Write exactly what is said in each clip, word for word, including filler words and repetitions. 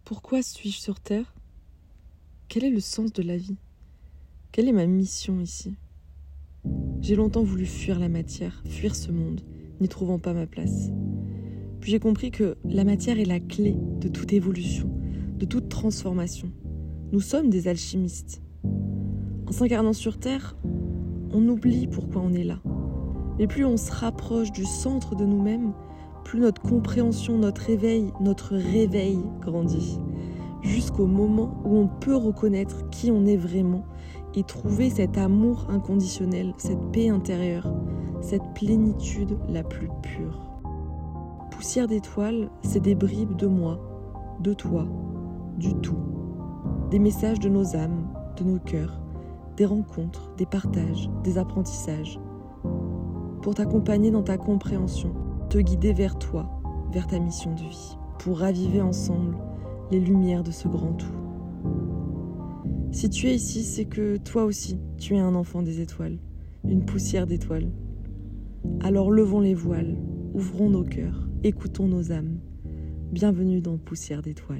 Pourquoi suis-je sur Terre ? Quel est le sens de la vie ? Quelle est ma mission ici ? J'ai longtemps voulu fuir la matière, fuir ce monde, n'y trouvant pas ma place. Puis j'ai compris que la matière est la clé de toute évolution, de toute transformation. Nous sommes des alchimistes. En s'incarnant sur Terre, on oublie pourquoi on est là. Mais plus on se rapproche du centre de nous-mêmes, plus notre compréhension, notre éveil, notre réveil grandit. Jusqu'au moment où on peut reconnaître qui on est vraiment et trouver cet amour inconditionnel, cette paix intérieure, cette plénitude la plus pure. Poussière d'étoiles, c'est des bribes de moi, de toi, du tout. Des messages de nos âmes, de nos cœurs, des rencontres, des partages, des apprentissages. Pour t'accompagner dans ta compréhension, te guider vers toi, vers ta mission de vie, pour raviver ensemble les lumières de ce grand tout. Si tu es ici, c'est que toi aussi, tu es un enfant des étoiles, une poussière d'étoiles. Alors levons les voiles, ouvrons nos cœurs, écoutons nos âmes. Bienvenue dans Poussière d'étoiles.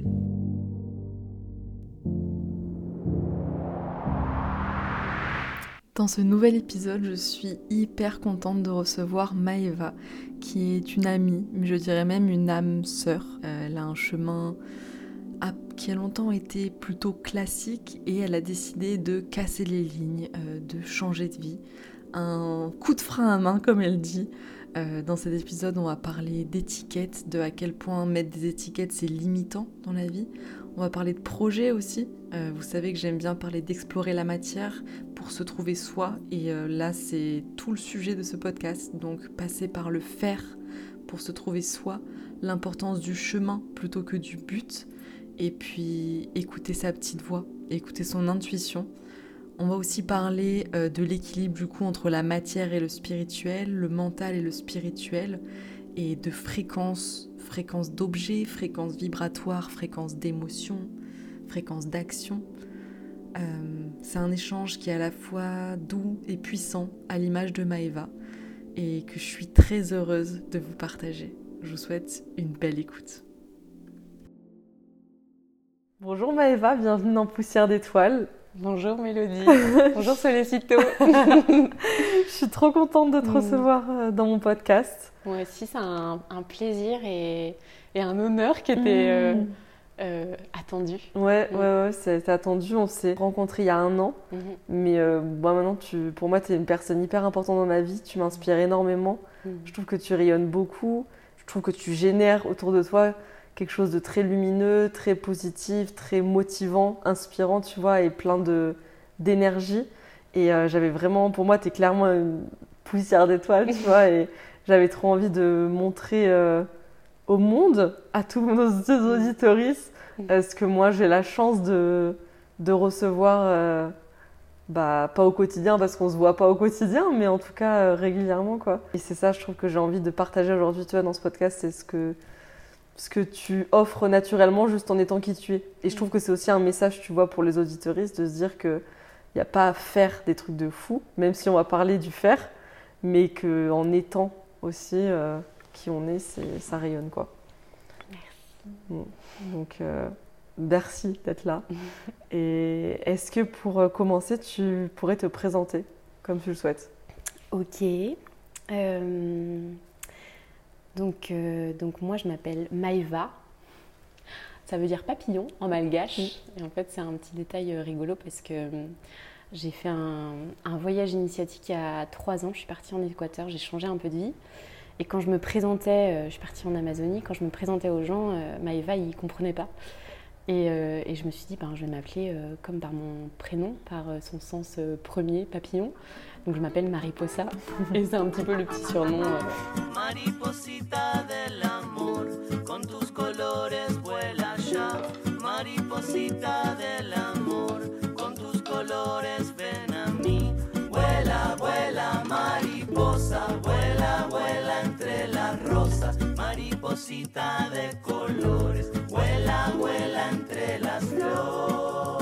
Dans ce nouvel épisode, je suis hyper contente de recevoir Maëva, qui est une amie, mais je dirais même une âme sœur. Euh, elle a un chemin qui a longtemps été plutôt classique et elle a décidé de casser les lignes, euh, de changer de vie. Un coup de frein à main, comme elle dit. Euh, dans cet épisode, on va parler d'étiquettes, de à quel point mettre des étiquettes, c'est limitant dans la vie. On va parler de projets aussi. Euh, vous savez que j'aime bien parler d'explorer la matière pour se trouver soi. Et euh, là, c'est tout le sujet de ce podcast. Donc, passer par le faire pour se trouver soi. L'importance du chemin plutôt que du but. Et puis, écouter sa petite voix, écouter son intuition. On va aussi parler euh, de l'équilibre du coup entre la matière et le spirituel, le mental et le spirituel, et de fréquences, fréquences d'objets, fréquences vibratoires, fréquences d'émotions, fréquences d'action. Euh, c'est un échange qui est à la fois doux et puissant, à l'image de Maëva, et que je suis très heureuse de vous partager. Je vous souhaite une belle écoute. Bonjour Maëva, bienvenue dans Poussière d'étoiles. Bonjour Mélodie, bonjour Solécito. Je suis trop contente de te recevoir dans mon podcast. Moi aussi, c'est un, un plaisir et, et un honneur qui était mmh. euh, euh, attendu. Ouais, mmh. ouais, ouais, c'était attendu. On s'est rencontrés il y a un an, mmh. mais euh, bon, maintenant, tu, pour moi, tu es une personne hyper importante dans ma vie. Tu m'inspires énormément. Mmh. Je trouve que tu rayonnes beaucoup. Je trouve que tu génères autour de toi quelque chose de très lumineux, très positif, très motivant, inspirant, tu vois, et plein de, d'énergie. Et euh, j'avais vraiment, pour moi, tu es clairement une poussière d'étoiles, tu vois, et j'avais trop envie de montrer euh, au monde, à tous nos auditoristes, euh, ce que moi, j'ai la chance de, de recevoir, euh, bah, pas au quotidien, parce qu'on se voit pas au quotidien, mais en tout cas, euh, régulièrement, quoi. Et c'est ça, je trouve que j'ai envie de partager aujourd'hui, tu vois, dans ce podcast, c'est ce que... ce que tu offres naturellement juste en étant qui tu es. Et je trouve que c'est aussi un message, tu vois, pour les auditeuristes, de se dire qu'il n'y a pas à faire des trucs de fou, même si on va parler du faire, mais qu'en étant aussi euh, qui on est, c'est, ça rayonne, quoi. Merci. Bon. Donc, euh, merci d'être là. Et est-ce que pour commencer, tu pourrais te présenter comme tu le souhaites ? Ok. Euh... Donc, euh, donc moi, je m'appelle Maëva. Ça veut dire papillon en malgache. Oui. Et en fait, c'est un petit détail euh, rigolo parce que euh, j'ai fait un, un voyage initiatique il y a trois ans. Je suis partie en Équateur, j'ai changé un peu de vie. Et quand je me présentais, euh, je suis partie en Amazonie, quand je me présentais aux gens, euh, Maëva, ils ne comprenaient pas. Et, euh, et je me suis dit, ben, je vais m'appeler euh, comme par mon prénom, par euh, son sens euh, premier, papillon. Donc je m'appelle Mariposa et c'est un petit peu le petit surnom. Euh... Mariposita del amor, con tus colores vuela ya. Mariposita del amor, con tus colores ven a mí. Vuela, vuela, mariposa, vuela, vuela entre las rosas. Mariposita de colores, vuela, vuela entre las flores.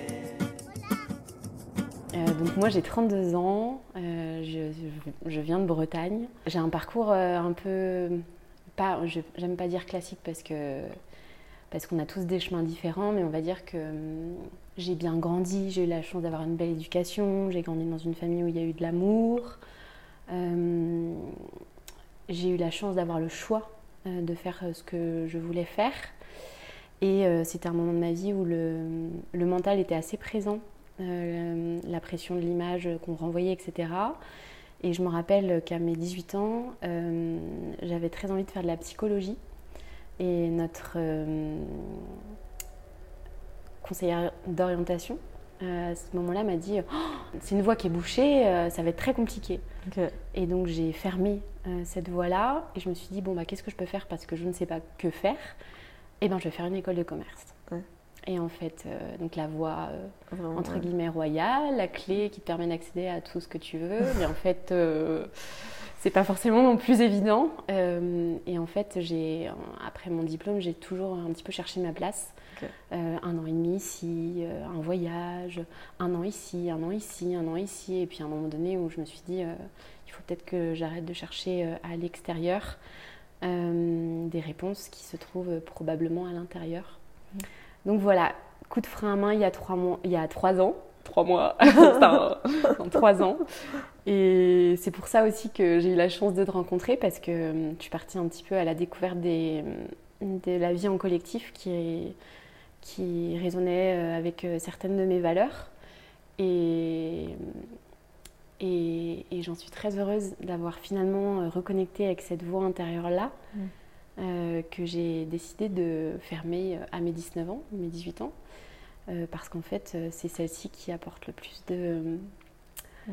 Euh, donc moi j'ai trente-deux ans, euh, je, je, je viens de Bretagne. J'ai un parcours euh, un peu, pas, je, j'aime pas dire classique parce que, parce qu'on a tous des chemins différents, mais on va dire que hum, j'ai bien grandi, j'ai eu la chance d'avoir une belle éducation, j'ai grandi dans une famille où il y a eu de l'amour, euh, j'ai eu la chance d'avoir le choix euh, de faire ce que je voulais faire. Et euh, c'était un moment de ma vie où le, le mental était assez présent, euh, la pression de l'image qu'on renvoyait, et cetera. Et je me rappelle qu'à mes dix-huit ans, euh, j'avais très envie de faire de la psychologie. Et notre euh, conseillère d'orientation, euh, à ce moment-là, m'a dit oh, « c'est une voie qui est bouchée, euh, ça va être très compliqué okay. ». Et donc j'ai fermé euh, cette voie-là et je me suis dit « bon, bah, qu'est-ce que je peux faire parce que je ne sais pas que faire ?» Eh bien, je vais faire une école de commerce. Ouais. Et en fait, euh, donc la voie, euh, Vraiment, entre ouais. guillemets, royale, la clé qui te permet d'accéder à tout ce que tu veux. Mais en fait, euh, c'est pas forcément non plus évident. Euh, et en fait, j'ai, après mon diplôme, j'ai toujours un petit peu cherché ma place. Okay. Euh, un an et demi ici, euh, un voyage, un an ici, un an ici, un an ici. Et puis à un moment donné où je me suis dit, euh, il faut peut-être que j'arrête de chercher euh, à l'extérieur. Euh, des réponses qui se trouvent probablement à l'intérieur. Mmh. Donc voilà, coup de frein à main il y a trois mois, il y a trois ans, trois mois, enfin, non, trois ans. Et c'est pour ça aussi que j'ai eu la chance de te rencontrer parce que je suis partie un petit peu à la découverte des, de la vie en collectif qui, qui résonnait avec certaines de mes valeurs. Et Et, et j'en suis très heureuse d'avoir finalement reconnecté avec cette voix intérieure-là mmh. euh, que j'ai décidé de fermer à mes dix-neuf ans, mes dix-huit ans, euh, parce qu'en fait, c'est celle-ci qui apporte le plus de, mmh.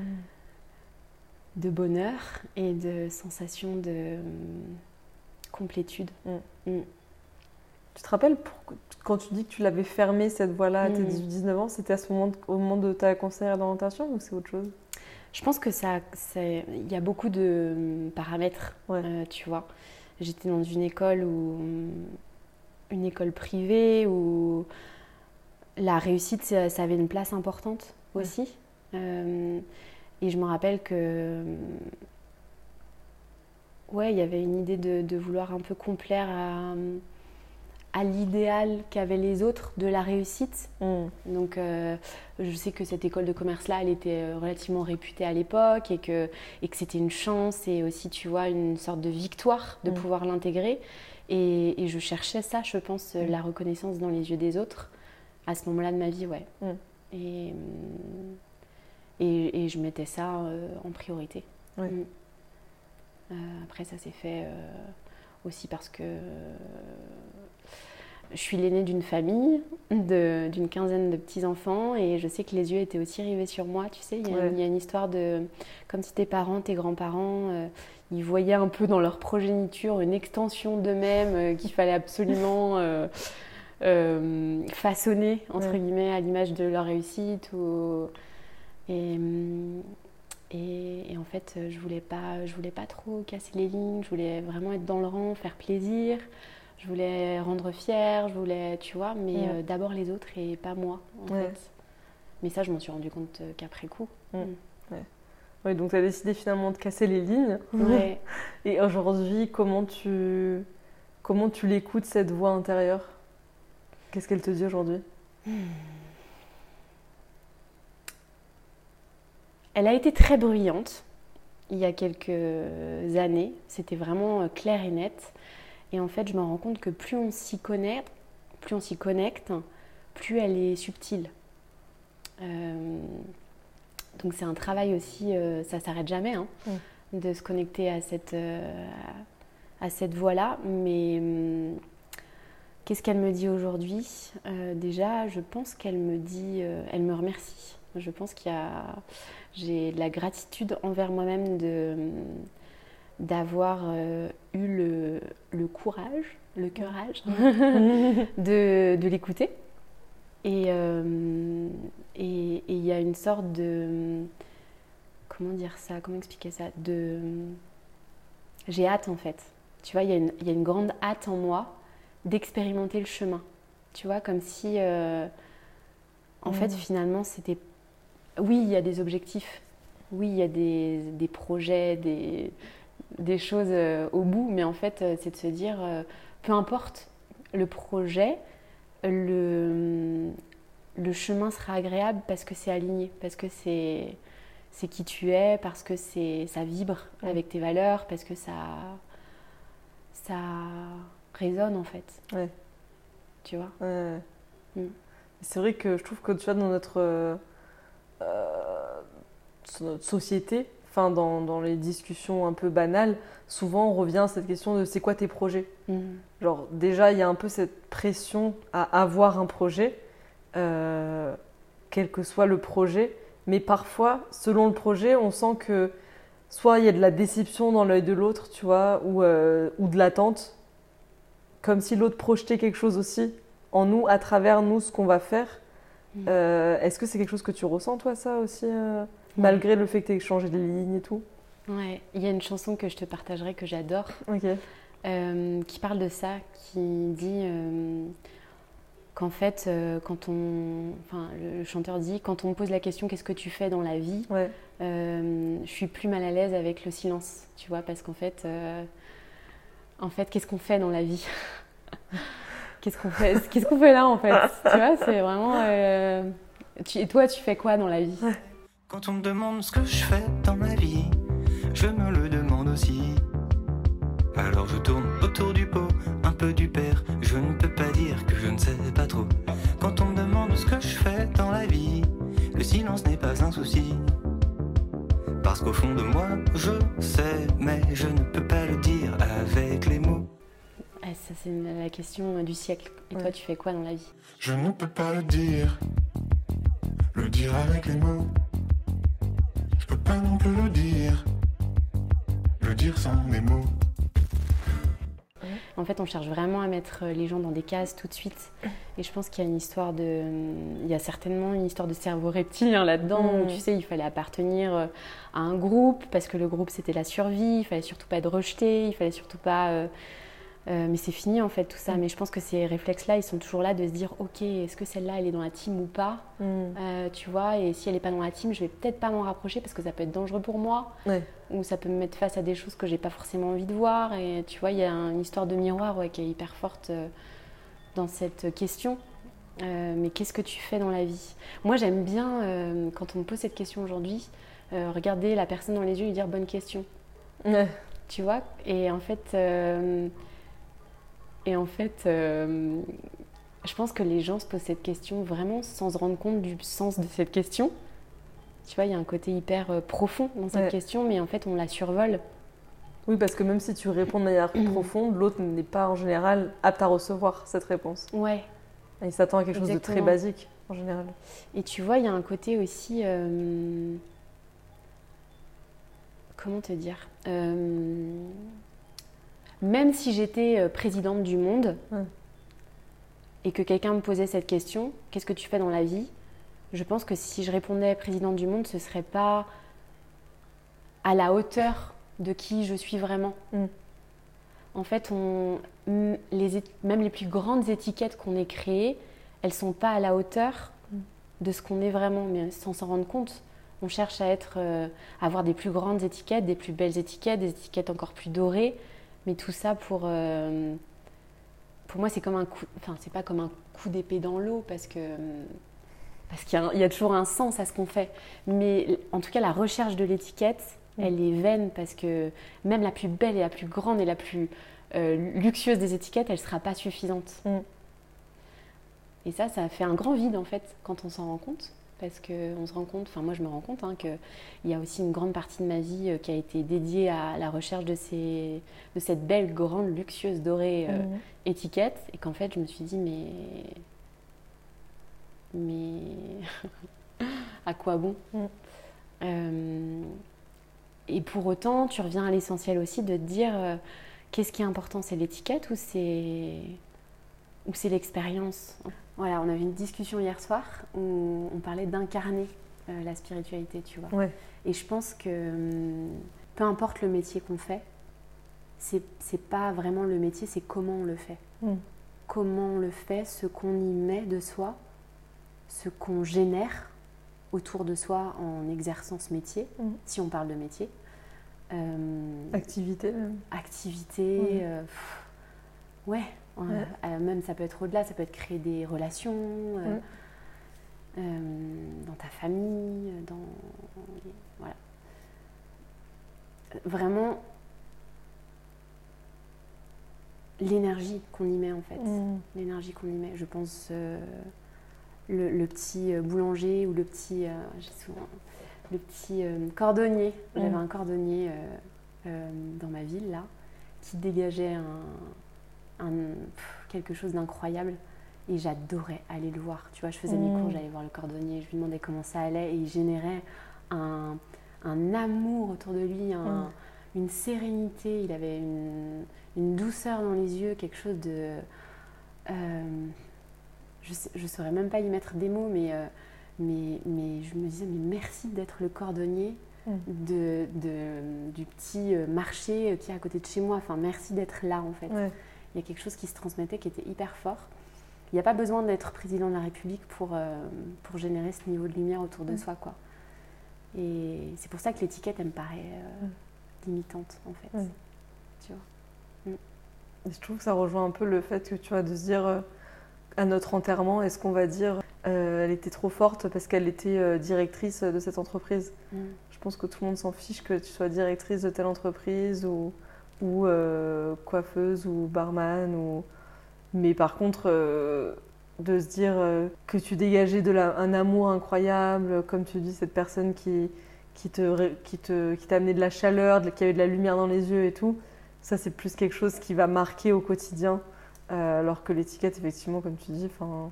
de bonheur et de sensation de complétude. Mmh. Mmh. Tu te rappelles, pour, quand tu dis que tu l'avais fermée, cette voie-là, à tes dix-huit dix-neuf ans, c'était à ce moment, au moment de ta conseillère d'orientation ou c'est autre chose ? Je pense que ça, il y a beaucoup de paramètres, ouais. euh, tu vois. J'étais dans une école où, une école privée où la réussite, ça, ça avait une place importante aussi. Ouais. Euh, et je me rappelle que, ouais, il y avait une idée de, de vouloir un peu complaire à, à l'idéal qu'avaient les autres de la réussite. Mm. Donc, euh, je sais que cette école de commerce-là, elle était relativement réputée à l'époque et que, et que c'était une chance et aussi, tu vois, une sorte de victoire de mm. pouvoir l'intégrer. Et, et je cherchais ça, je pense, mm. la reconnaissance dans les yeux des autres à ce moment-là de ma vie, ouais. Mm. Et, et, et je mettais ça euh, en priorité. Ouais. Mm. Euh, après, ça s'est fait euh, aussi parce que... Euh, je suis l'aînée d'une famille de, d'une quinzaine de petits-enfants et je sais que les yeux étaient aussi rivés sur moi, tu sais, il y a, ouais. il y a une histoire de... Comme si tes parents, tes grands-parents, euh, ils voyaient un peu dans leur progéniture une extension d'eux-mêmes euh, qu'il fallait absolument euh, euh, façonner, entre ouais. guillemets, à l'image de leur réussite. Ou... Et, et, et en fait, je voulais pas, je voulais pas trop casser les lignes, je voulais vraiment être dans le rang, faire plaisir. Je voulais rendre fière, je voulais, tu vois, mais ouais. euh, d'abord les autres et pas moi, en ouais. fait. Mais ça, je m'en suis rendu compte euh, qu'après coup. Mmh. Mmh. Ouais. Ouais, donc tu as décidé finalement de casser les lignes. Ouais. Et aujourd'hui, comment tu, comment tu l'écoutes, cette voix intérieure ? Qu'est-ce qu'elle te dit aujourd'hui ? mmh. Elle a été très bruyante il y a quelques années. C'était vraiment clair et net. Et en fait, je me rends compte que plus on s'y connecte, plus on s'y connecte, plus elle est subtile. Euh, donc c'est un travail aussi, euh, ça ne s'arrête jamais, hein, mmh. de se connecter à cette, euh, à cette voie-là. Mais euh, qu'est-ce qu'elle me dit aujourd'hui ? euh, Déjà, je pense qu'elle me dit, euh, elle me remercie. Je pense qu'il y a, j'ai de la gratitude envers moi-même de... d'avoir euh, eu le, le courage, le courage de, de l'écouter. Et il euh, et, et y a une sorte de... Comment dire ça ? Comment expliquer ça ? de, J'ai hâte, en fait. Tu vois, il y, y a une grande hâte en moi d'expérimenter le chemin. Tu vois, comme si... Euh, en mmh. fait, finalement, c'était... Oui, il y a des objectifs. Oui, il y a des, des projets, des... des choses euh, au bout, mais en fait, euh, c'est de se dire, euh, peu importe le projet, le, le chemin sera agréable parce que c'est aligné, parce que c'est, c'est qui tu es, parce que c'est, ça vibre ouais. avec tes valeurs, parce que ça, ça résonne en fait. Ouais. Tu vois ouais. Mm. C'est vrai que je trouve que tu vois, dans notre, euh, notre société, enfin, dans, dans les discussions un peu banales, souvent on revient à cette question de c'est quoi tes projets mmh. Genre déjà il y a un peu cette pression à avoir un projet, euh, quel que soit le projet, mais parfois selon le projet on sent que soit il y a de la déception dans l'œil de l'autre, tu vois, ou, euh, ou de l'attente, comme si l'autre projetait quelque chose aussi en nous, à travers nous, ce qu'on va faire. Mmh. Euh, est-ce que c'est quelque chose que tu ressens toi ça aussi euh malgré le fait que tu aies changé de ligne et tout? Ouais, il y a une chanson que je te partagerai que j'adore, okay. euh, qui parle de ça, qui dit euh, qu'en fait, euh, quand on, enfin, le chanteur dit, quand on me pose la question qu'est-ce que tu fais dans la vie, ouais. euh, je suis plus mal à l'aise avec le silence, tu vois, parce qu'en fait, euh, en fait, qu'est-ce qu'on fait dans la vie? Qu'est-ce qu'on fait? Qu'est-ce qu'on fait là en fait? Tu vois, c'est vraiment. Euh, tu, et toi, tu fais quoi dans la vie? Ouais. Quand on me demande ce que je fais dans ma vie, je me le demande aussi. Alors je tourne autour du pot, un peu du père. Je ne peux pas dire que je ne sais pas trop. Quand on me demande ce que je fais dans la vie, le silence n'est pas un souci. Parce qu'au fond de moi, je sais, mais je ne peux pas le dire avec les mots. Ah, ça c'est la question du siècle. Et ouais. toi, tu fais quoi dans la vie? Je ne peux pas le dire, le dire avec les mots. Je peux pas non plus le dire, le dire sans les mots. En fait, on cherche vraiment à mettre les gens dans des cases tout de suite. Et je pense qu'il y a une histoire de... Il y a certainement une histoire de cerveau reptilien là-dedans. Mmh. Où, tu sais, il fallait appartenir à un groupe parce que le groupe, c'était la survie. Il fallait surtout pas être rejeté. Il fallait surtout pas... Euh... Euh, mais c'est fini en fait tout ça. Mmh. Mais je pense que ces réflexes-là, ils sont toujours là de se dire ok, est-ce que celle-là, elle est dans la team ou pas mmh. euh, tu vois, et si elle n'est pas dans la team, je vais peut-être pas m'en rapprocher parce que ça peut être dangereux pour moi. Ouais. Ou ça peut me mettre face à des choses que j'ai pas forcément envie de voir. Et tu vois, il y a une histoire de miroir ouais, qui est hyper forte euh, dans cette question. Euh, mais qu'est-ce que tu fais dans la vie? Moi, j'aime bien, euh, quand on me pose cette question aujourd'hui, euh, regarder la personne dans les yeux et lui dire bonne question. Ouais. Tu vois? Et en fait... Euh, Et en fait, euh, je pense que les gens se posent cette question vraiment sans se rendre compte du sens de cette question. Tu vois, il y a un côté hyper euh, profond dans cette ouais. question, mais en fait, on la survole. Oui, parce que même si tu réponds de manière profonde, l'autre n'est pas en général apte à recevoir cette réponse. Ouais. Et il s'attend à quelque Exactement. chose de très basique, en général. Et tu vois, il y a un côté aussi... Euh, comment te dire euh, Même si j'étais présidente du monde mmh. et que quelqu'un me posait cette question, qu'est-ce que tu fais dans la vie? Je pense que si je répondais présidente du monde, ce ne serait pas à la hauteur de qui je suis vraiment. Mmh. En fait, on, les, même les plus grandes étiquettes qu'on ait créées, elles ne sont pas à la hauteur mmh. de ce qu'on est vraiment, mais sans s'en rendre compte. On cherche à, être, euh, à avoir des plus grandes étiquettes, des plus belles étiquettes, des étiquettes encore plus dorées. Mais tout ça pour, euh, pour moi, c'est comme un coup, enfin, c'est pas comme un coup d'épée dans l'eau parce que parce qu'il y a, il y a toujours un sens à ce qu'on fait. Mais en tout cas, la recherche de l'étiquette, mmh. elle est vaine parce que même la plus belle et la plus grande et la plus euh, luxueuse des étiquettes, elle sera pas suffisante. Mmh. Et ça, ça fait un grand vide en fait quand on s'en rend compte. Parce qu'on se rend compte, enfin moi je me rends compte hein, qu'il y a aussi une grande partie de ma vie euh, qui a été dédiée à la recherche de, ces, de cette belle, grande, luxueuse, dorée euh, mmh. étiquette. Et qu'en fait je me suis dit mais... Mais... à quoi bon mmh. euh, Et pour autant, tu reviens à l'essentiel aussi de te dire euh, qu'est-ce qui est important, c'est l'étiquette ou c'est, ou c'est l'expérience? Voilà, on avait une discussion hier soir où on parlait d'incarner euh, la spiritualité, tu vois. Ouais. Et je pense que hum, peu importe le métier qu'on fait, c'est, c'est pas vraiment le métier, c'est comment on le fait. Mm. Comment on le fait, ce qu'on y met de soi, ce qu'on génère autour de soi en exerçant ce métier, mm. si on parle de métier. Euh, activité même. Activité, mm. euh, pff, ouais. Ouais. Euh, même ça peut être au-delà, ça peut être créer des relations euh, Mm. euh, dans ta famille, dans voilà. Vraiment l'énergie qu'on y met en fait, Mm. l'énergie qu'on y met. Je pense euh, le, le petit boulanger ou le petit, euh, j'ai souvent le petit euh, cordonnier. Mm. J'avais un cordonnier euh, euh, dans ma ville là qui dégageait un, un, pff, quelque chose d'incroyable. Et j'adorais aller le voir. Tu vois, je faisais Mmh. mes cours, j'allais voir le cordonnier, je lui demandais comment ça allait et il générait un, un amour autour de lui, un, Mmh. une sérénité. Il avait une, une douceur dans les yeux, quelque chose de... Euh, je ne saurais même pas y mettre des mots, mais, euh, mais, mais je me disais, mais merci d'être le cordonnier Mmh. de, de, du petit marché qui est à côté de chez moi. Enfin, merci d'être là, en fait. Ouais. Il y a quelque chose qui se transmettait qui était hyper fort. Il n'y a pas besoin d'être président de la République pour, euh, pour générer ce niveau de lumière autour de Mm. soi, quoi. Et c'est pour ça que l'étiquette, elle me paraît euh, Mm. limitante, en fait. Mm. Tu vois. Et je trouve que ça rejoint un peu le fait que tu vois, de se dire euh, à notre enterrement, est-ce qu'on va dire euh, elle était trop forte parce qu'elle était euh, directrice de cette entreprise. Mm. Je pense que tout le monde s'en fiche que tu sois directrice de telle entreprise ou, ou euh, coiffeuse ou barman ou... Mais par contre, euh, de se dire euh, que tu dégageais de la, un amour incroyable, comme tu dis, cette personne qui, qui, te, qui, te, qui t'a amené de la chaleur, de, qui avait de la lumière dans les yeux et tout, ça c'est plus quelque chose qui va marquer au quotidien. Euh, alors que l'étiquette, effectivement, comme tu dis, enfin...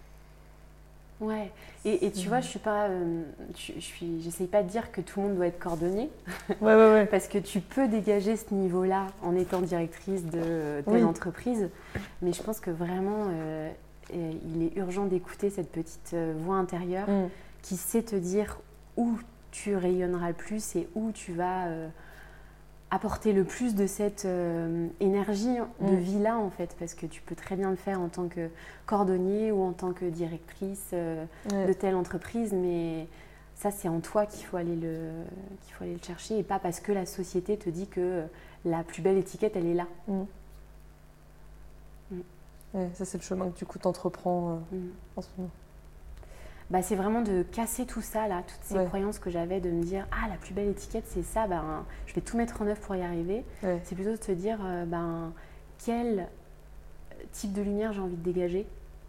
Ouais, et, et tu vois, je suis pas, euh, je, je suis, j'essaye pas de dire que tout le monde doit être cordonnier, Ouais, ouais, ouais. parce que tu peux dégager ce niveau-là en étant directrice de telle Oui. entreprise, mais je pense que vraiment, euh, euh, il est urgent d'écouter cette petite euh, voix intérieure Mm. qui sait te dire où tu rayonneras le plus et où tu vas euh, apporter le plus de cette euh, énergie de Mm. vie-là, en fait, parce que tu peux très bien le faire en tant que cordonnier ou en tant que directrice euh, Ouais. de telle entreprise, mais ça, c'est en toi qu'il faut aller le, qu'il faut aller le chercher et pas parce que la société te dit que la plus belle étiquette, elle est là. Mm. Mm. Ouais, ça c'est le chemin que du coup t'entreprends euh, Mm. en ce moment. Bah, c'est vraiment de casser tout ça, là, toutes ces Ouais. croyances que j'avais, de me dire « Ah, la plus belle étiquette, c'est ça, ben, je vais tout mettre en œuvre pour y arriver. Ouais. » C'est plutôt de se dire euh, ben, quel type de lumière j'ai envie de dégager.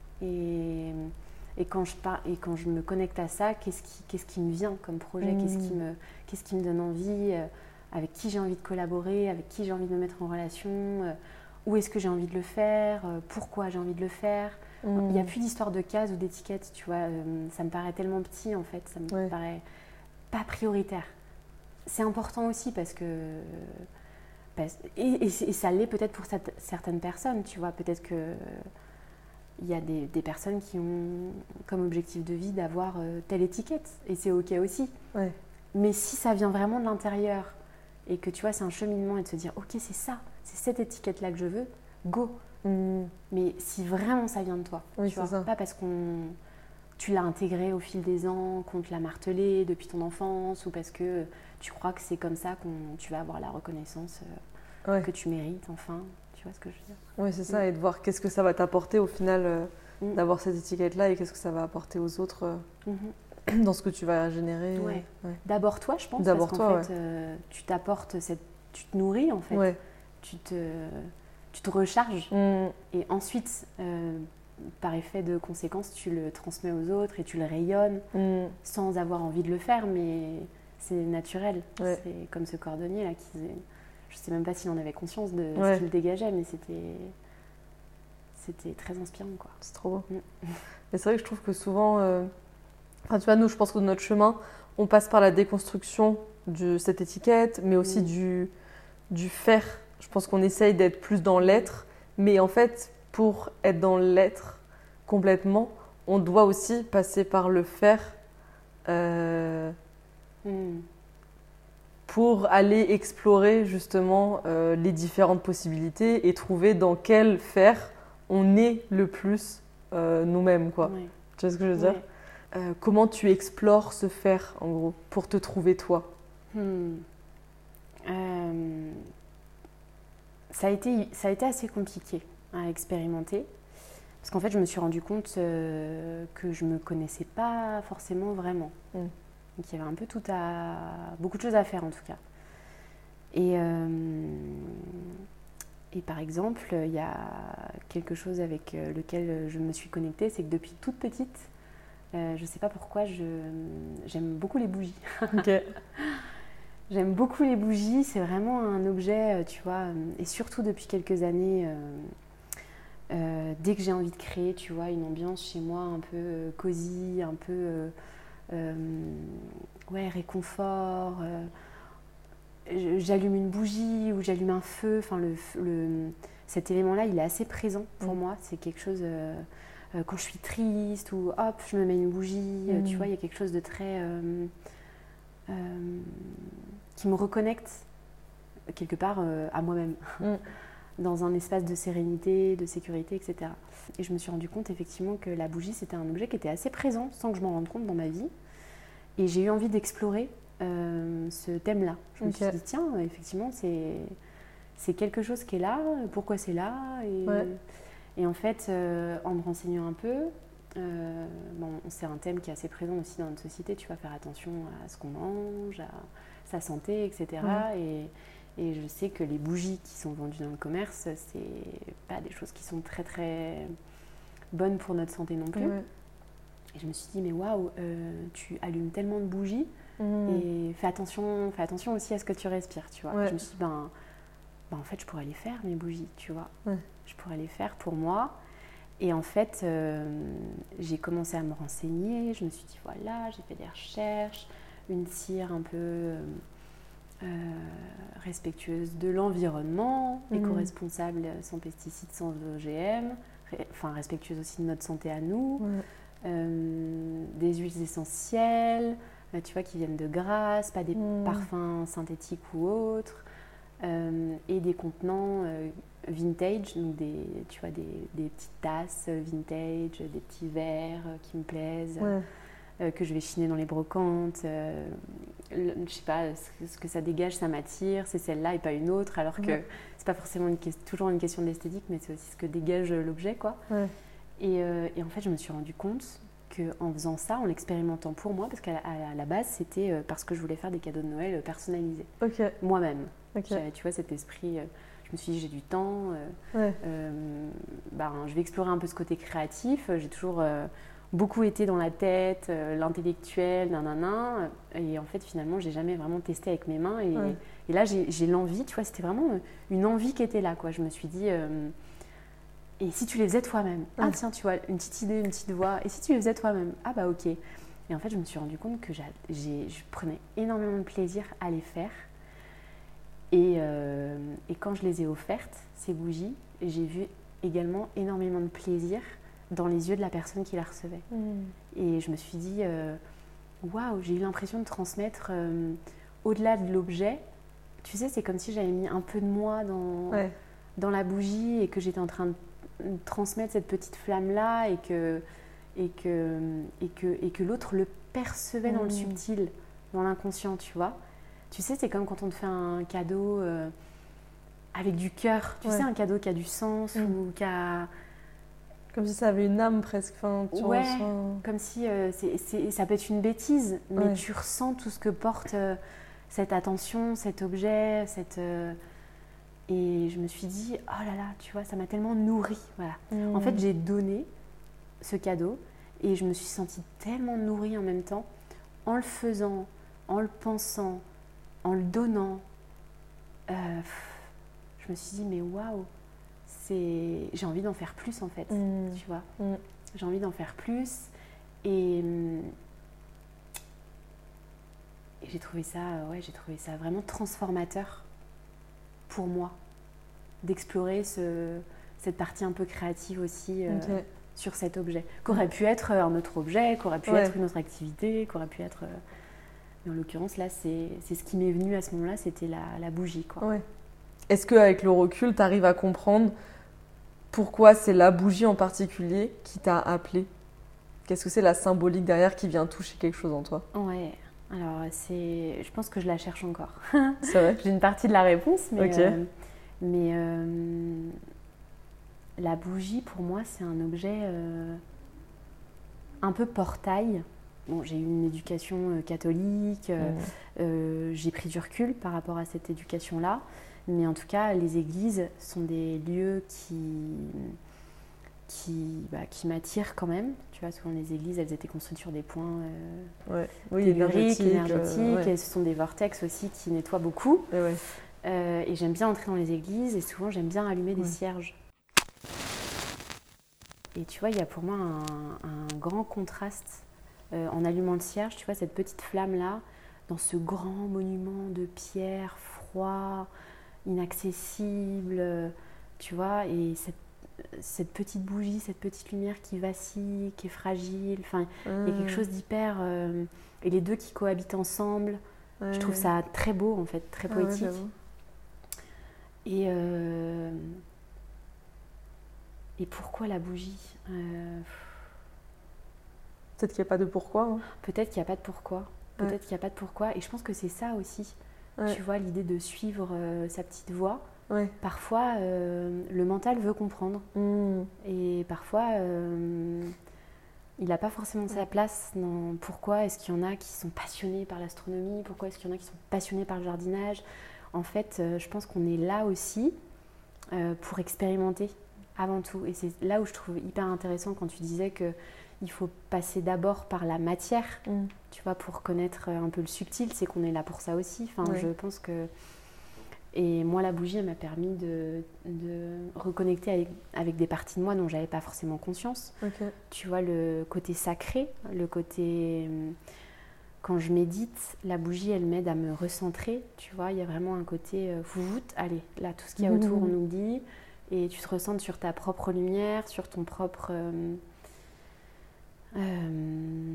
Et, et, quand je par... et quand je me connecte à ça, qu'est-ce qui, qu'est-ce qui me vient comme projet, Mmh. qu'est-ce qui me, qu'est-ce qui me donne envie, euh, avec qui j'ai envie de collaborer, avec qui j'ai envie de me mettre en relation, euh, où est-ce que j'ai envie de le faire, euh, pourquoi j'ai envie de le faire. Mm. Il n'y a plus d'histoire de cases ou d'étiquettes, tu vois. Euh, ça me paraît tellement petit, en fait. Ça me Ouais. paraît pas prioritaire. C'est important aussi parce que... parce- et, et, et ça l'est peut-être pour cette- certaines personnes, tu vois. Peut-être que il y a des, des personnes qui ont comme objectif de vie d'avoir euh, telle étiquette. Et c'est OK aussi. Ouais. Mais si ça vient vraiment de l'intérieur et que, tu vois, c'est un cheminement et de se dire « OK, c'est ça, c'est cette étiquette-là que je veux, go !» Mm. Mais si vraiment ça vient de toi, Oui, tu c'est vois, ça. pas parce qu'on tu l'as intégré au fil des ans, qu'on te l'a martelé depuis ton enfance, ou parce que tu crois que c'est comme ça que tu vas avoir la reconnaissance euh, Ouais. que tu mérites, enfin, tu vois ce que je veux dire. Ouais, c'est ça, et de voir qu'est-ce que ça va t'apporter au final euh, Mm. d'avoir cette étiquette-là et qu'est-ce que ça va apporter aux autres euh, Mhm. dans ce que tu vas générer. Ouais. Ouais. D'abord toi, je pense, D'abord parce qu'en toi, fait, euh, tu t'apportes cette, tu te nourris en fait, Ouais. tu te, tu te recharges, Mm. et ensuite, euh, par effet de conséquence, tu le transmets aux autres et tu le rayonnes. Mm. Sans avoir envie de le faire, mais c'est naturel. Ouais. C'est comme ce cordonnier là qui, je sais même pas s'il en avait conscience de Ouais. ce qu'il dégageait, mais c'était, c'était très inspirant, quoi. C'est trop beau. Mm. Mais c'est vrai que je trouve que souvent, euh, enfin, tu vois, nous, je pense que de notre chemin, on passe par la déconstruction de cette étiquette, mais aussi Mm. du, du faire. Je pense qu'on essaye d'être plus dans l'être, mais en fait, pour être dans l'être complètement, on doit aussi passer par le faire euh, Mm. pour aller explorer justement euh, les différentes possibilités et trouver dans quel faire on est le plus euh, nous-mêmes, quoi. Ouais. Tu vois ce que je veux dire? Ouais. Euh, comment tu explores ce faire, en gros, pour te trouver toi? Hmm. Euh, ça a été, ça a été assez compliqué à expérimenter. Parce qu'en fait, je me suis rendu compte euh, que je ne me connaissais pas forcément vraiment. Mm. Donc il y avait un peu tout à... beaucoup de choses à faire en tout cas. Et, euh, et par exemple, il y a quelque chose avec lequel je me suis connectée, c'est que depuis toute petite, euh, je ne sais pas pourquoi, je, j'aime beaucoup les bougies. Okay. J'aime beaucoup les bougies, c'est vraiment un objet, tu vois, et surtout depuis quelques années... Euh, Euh, dès que j'ai envie de créer, tu vois, une ambiance chez moi un peu euh, cosy, un peu euh, euh, ouais, réconfort. Euh, j'allume une bougie ou j'allume un feu. Enfin, le, le, cet élément-là, il est assez présent pour mmh. moi. C'est quelque chose euh, euh, quand je suis triste ou hop, je me mets une bougie. Mmh. Tu vois, il y a quelque chose de très euh, euh, qui me reconnecte quelque part euh, à moi-même. Mmh. Dans un espace de sérénité, de sécurité, et cetera. Et je me suis rendu compte effectivement que la bougie, c'était un objet qui était assez présent, sans que je m'en rende compte dans ma vie. Et j'ai eu envie d'explorer euh, ce thème-là. Je me okay. suis dit, tiens, effectivement, c'est, c'est quelque chose qui est là, pourquoi c'est là et, ouais. et en fait, euh, en me renseignant un peu, euh, bon, c'est un thème qui est assez présent aussi dans notre société, tu vas faire attention à ce qu'on mange, à sa santé, et cetera. Ouais. Et, Et je sais que les bougies qui sont vendues dans le commerce, c'est pas des choses qui sont très très bonnes pour notre santé non plus. Ouais. Et je me suis dit, mais waouh, euh, tu allumes tellement de bougies mmh. et fais attention, fais attention aussi à ce que tu respires, tu vois. Ouais. Je me suis dit, ben, ben en fait, je pourrais les faire, mes bougies, tu vois. Ouais. Je pourrais les faire pour moi. Et en fait, euh, j'ai commencé à me renseigner. Je me suis dit, voilà, j'ai fait des recherches, une cire un peu... Euh, Euh, respectueuse de l'environnement, mmh. éco-responsable, sans pesticides, sans O G M, ré, enfin respectueuse aussi de notre santé à nous, mmh. euh, des huiles essentielles, euh, tu vois, qui viennent de Grasse, pas des mmh. parfums synthétiques ou autres, euh, et des contenants euh, vintage, donc des, tu vois, des, des petites tasses vintage, des petits verres euh, qui me plaisent. Ouais. Euh, que je vais chiner dans les brocantes, euh, le, je sais pas, ce, ce que ça dégage, ça m'attire, c'est celle-là et pas une autre, alors que ouais. c'est pas forcément une, toujours une question d'esthétique, mais c'est aussi ce que dégage l'objet, quoi. Ouais. Et, euh, et en fait, je me suis rendu compte qu'en faisant ça, en l'expérimentant pour moi, parce qu'à à, à la base, c'était parce que je voulais faire des cadeaux de Noël personnalisés, okay. moi-même. Okay. J'avais, tu vois, cet esprit... Euh, je me suis dit, j'ai du temps, euh, ouais. euh, ben, je vais explorer un peu ce côté créatif, j'ai toujours... Euh, beaucoup été dans la tête, euh, l'intellectuel, nanana. Et en fait, finalement, j'ai jamais vraiment testé avec mes mains. Et, ouais. et là, j'ai, j'ai l'envie, tu vois, c'était vraiment une envie qui était là, quoi. Je me suis dit, euh, et si tu les faisais toi-même ? Ouais. Ah tiens, tu vois, une petite idée, une petite voix. Et si tu les faisais toi-même ? Ah bah ok. Et en fait, je me suis rendu compte que j'ai, j'ai, je prenais énormément de plaisir à les faire. Et, euh, et quand je les ai offertes, ces bougies, j'ai vu également énormément de plaisir dans les yeux de la personne qui la recevait. Mmh. Et je me suis dit, euh, waouh, j'ai eu l'impression de transmettre euh, au-delà de l'objet. Tu sais, c'est comme si j'avais mis un peu de moi dans, ouais. dans la bougie et que j'étais en train de transmettre cette petite flamme-là et que, et que, et que, et que l'autre le percevait mmh. dans le subtil, dans l'inconscient, tu vois. Tu sais, c'est comme quand on te fait un cadeau euh, avec du cœur. Tu ouais. sais, un cadeau qui a du sens mmh. ou qui a... Comme si ça avait une âme presque. Enfin, tu ouais, ressens... comme si euh, c'est, c'est, ça peut être une bêtise, mais ouais. tu ressens tout ce que porte euh, cette attention, cet objet, cette, euh... et je me suis dit, oh là là, tu vois, ça m'a tellement nourrie. Voilà. Mmh. En fait, j'ai donné ce cadeau et je me suis sentie tellement nourrie en même temps, en le faisant, en le pensant, en le donnant. Euh, je me suis dit, mais waouh! C'est... j'ai envie d'en faire plus en fait, mmh. tu vois. Mmh. J'ai envie d'en faire plus et, et j'ai trouvé ça, ouais, j'ai trouvé ça vraiment transformateur pour moi d'explorer ce, cette partie un peu créative aussi euh, okay. sur cet objet, qu'aurait pu être un autre objet, qu'aurait pu ouais. être une autre activité, qu'aurait pu être... Mais en l'occurrence là, c'est, c'est ce qui m'est venu à ce moment-là, c'était la, la bougie, quoi. Ouais. Est-ce qu'avec le recul, tu arrives à comprendre pourquoi c'est la bougie en particulier qui t'a appelée ? Qu'est-ce que c'est la symbolique derrière qui vient toucher quelque chose en toi ? Ouais, alors c'est... je pense que je la cherche encore. C'est vrai ? J'ai une partie de la réponse, mais, okay. euh, mais euh, la bougie, pour moi, c'est un objet euh, un peu portail. Bon, j'ai eu une éducation euh, catholique, euh, Mmh. euh, j'ai pris du recul par rapport à cette éducation-là. Mais en tout cas, les églises sont des lieux qui, qui, bah, qui m'attirent quand même. Tu vois, souvent les églises, elles étaient construites sur des points euh, Ouais. Oui, telluriques, énergétique. énergétiques, euh, ouais. et ce sont des vortex aussi qui nettoient beaucoup. Et ouais. Euh, et j'aime bien entrer dans les églises et souvent j'aime bien allumer des Ouais. cierges. Et tu vois, il y a pour moi un, un grand contraste euh, en allumant le cierge, tu vois, cette petite flamme-là, dans ce grand monument de pierre, froid, inaccessible, euh, tu vois, et cette, cette petite bougie, cette petite lumière qui vacille, qui est fragile, enfin, il y a quelque chose d'hyper... euh, et les deux qui cohabitent ensemble, Ouais. je trouve ça très beau en fait, très Ah ouais, poétique. j'avoue. Et, euh, et pourquoi la bougie euh, Peut-être qu'il n'y a pas de pourquoi. Hein. Peut-être qu'il n'y a pas de pourquoi. Peut-être Ouais. qu'il n'y a pas de pourquoi. Et je pense que c'est ça aussi. Ouais. Tu vois, l'idée de suivre euh, sa petite voie. Ouais. Parfois, euh, le mental veut comprendre. Mmh. Et parfois, euh, il n'a pas forcément sa place dans pourquoi est-ce qu'il y en a qui sont passionnés par l'astronomie, pourquoi est-ce qu'il y en a qui sont passionnés par le jardinage. En fait, euh, je pense qu'on est là aussi euh, pour expérimenter avant tout. Et c'est là où je trouve hyper intéressant quand tu disais qu'il faut passer d'abord par la matière, Mmh. tu vois, pour connaître un peu le subtil, c'est qu'on est là pour ça aussi. Enfin, Ouais. je pense que... Et moi, la bougie, elle m'a permis de, de reconnecter avec, avec des parties de moi dont je n'avais pas forcément conscience. Ok. Tu vois, le côté sacré, le côté... Quand je médite, la bougie, elle m'aide à me recentrer. Tu vois, il y a vraiment un côté... Euh, vous, allez, là, tout ce qu'il y a autour, on oublie. Et tu te recentres sur ta propre lumière, sur ton propre... Euh, euh,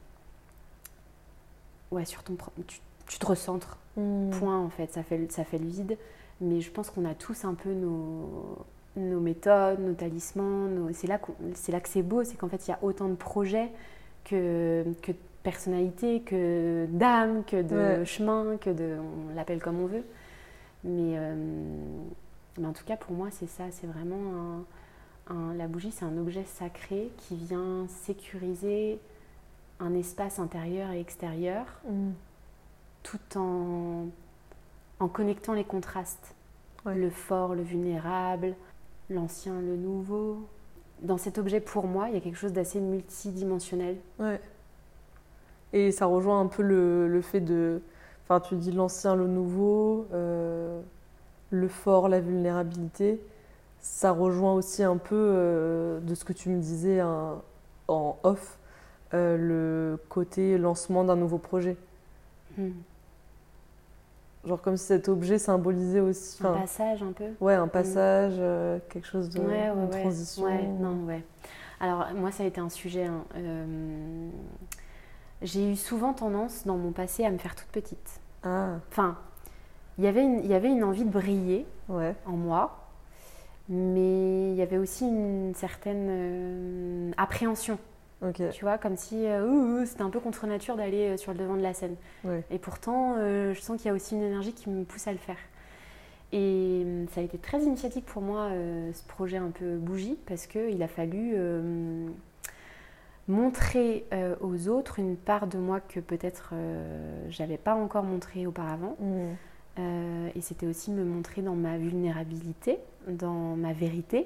ouais, sur ton propre... Tu, tu te recentres. Mmh. Point, en fait. Ça fait, ça fait le vide. Mais je pense qu'on a tous un peu nos, nos méthodes, nos talismans. Nos... C'est là, qu'on, c'est là que c'est beau, c'est qu'en fait, il y a autant de projets que, que de personnalités, que d'âmes, que de Ouais. chemins, que de... On l'appelle comme on veut. Mais, euh, mais en tout cas, pour moi, c'est ça. C'est vraiment... Un, un, la bougie, c'est un objet sacré qui vient sécuriser un espace intérieur et extérieur, Mmh. tout en, en connectant les contrastes. Ouais. Le fort, le vulnérable, l'ancien, le nouveau. Dans cet objet, pour moi, il y a quelque chose d'assez multidimensionnel. Ouais. Et ça rejoint un peu le, le fait de... Enfin, tu dis l'ancien, le nouveau, euh, le fort, la vulnérabilité. Ça rejoint aussi un peu euh, de ce que tu me disais hein, en off, euh, le côté lancement d'un nouveau projet. Hmm. Genre comme si cet objet symbolisait aussi... Un enfin, passage un peu. ouais, un passage, euh, quelque chose de... Ouais, ouais, une ouais. transition. Ouais, non, ouais. Alors, moi, ça a été un sujet... hein, euh, j'ai eu souvent tendance, dans mon passé, à me faire toute petite. Ah, Enfin, il y avait une, il y avait une envie de briller ouais. en moi, mais il y avait aussi une certaine euh, appréhension. Ok. Tu vois, comme si euh, ouh, ouh, c'était un peu contre nature d'aller euh, sur le devant de la scène. Ouais. Et pourtant, euh, je sens qu'il y a aussi une énergie qui me pousse à le faire. Et euh, ça a été très initiatique pour moi, euh, ce projet un peu bougie, parce qu'il a fallu euh, montrer euh, aux autres une part de moi que peut-être euh, j'avais pas encore montrée auparavant. Mmh. Euh, et c'était aussi me montrer dans ma vulnérabilité, dans ma vérité.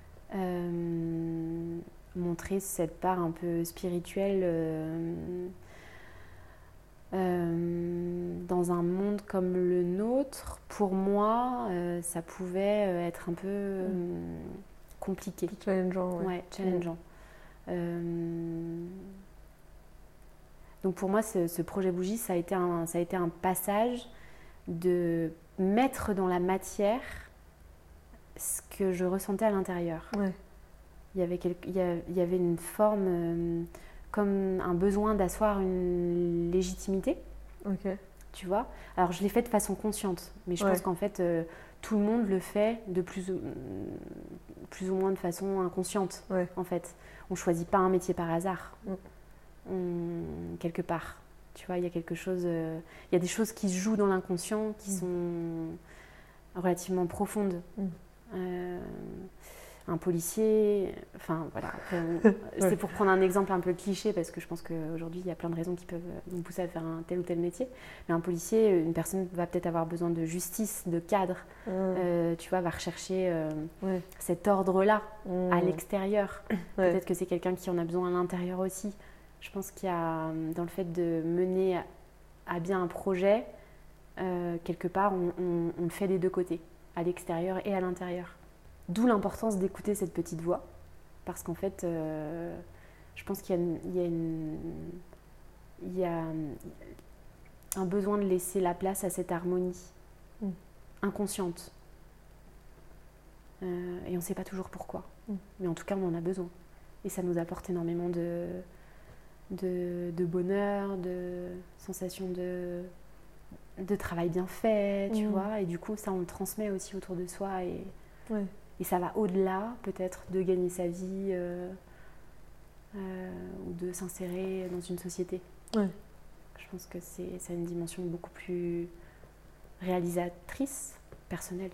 Euh, montrer cette part un peu spirituelle euh, euh, dans un monde comme le nôtre. Pour moi, euh, ça pouvait être un peu euh, compliqué. Challengeant, ouais. Ouais, challengeant. Euh, donc pour moi, ce, ce projet bougie, ça a été un, ça a été un passage de mettre dans la matière ce que je ressentais à l'intérieur. Ouais. Il y avait, quelque, il y a, il y avait une forme, euh, comme un besoin d'asseoir une légitimité, Ok. tu vois. Alors je l'ai fait de façon consciente, mais je Ouais. pense qu'en fait, euh, tout le monde le fait de plus ou, plus ou moins de façon inconsciente, Ouais. en fait. On ne choisit pas un métier par hasard, Mm. On- quelque part. Tu vois, il y a quelque chose, euh, il y a des choses qui se jouent dans l'inconscient, qui Mm. sont relativement profondes. Mm. Euh, Un policier, enfin voilà, après, on- c'est pour prendre un exemple un peu cliché parce que je pense qu'aujourd'hui il y a plein de raisons qui peuvent nous pousser à faire un tel ou tel métier. Mais un policier, une personne va peut-être avoir besoin de justice, de cadre, Mmh. euh, tu vois, va rechercher euh, Ouais. cet ordre-là Mmh. à l'extérieur. Ouais. Peut-être que c'est quelqu'un qui en a besoin à l'intérieur aussi. Je pense qu'il y a dans le fait de mener à, à bien un projet, euh, quelque part, on, on- on le fait des deux côtés, à l'extérieur et à l'intérieur. D'où l'importance d'écouter cette petite voix, parce qu'en fait, euh, je pense qu'il y a, une- il y a une- il y a un besoin de laisser la place à cette harmonie Mm. inconsciente. Euh, et on ne sait pas toujours pourquoi. Mm. Mais en tout cas, on en a besoin. Et ça nous apporte énormément de, de, de bonheur, de sensation de, de travail bien fait, tu Mm. vois. Et du coup, ça, on le transmet aussi autour de soi. Et, Ouais. et ça va au-delà, peut-être, de gagner sa vie euh, euh, ou de s'insérer dans une société. Ouais. Je pense que c'est, ça a une dimension beaucoup plus réalisatrice, personnelle.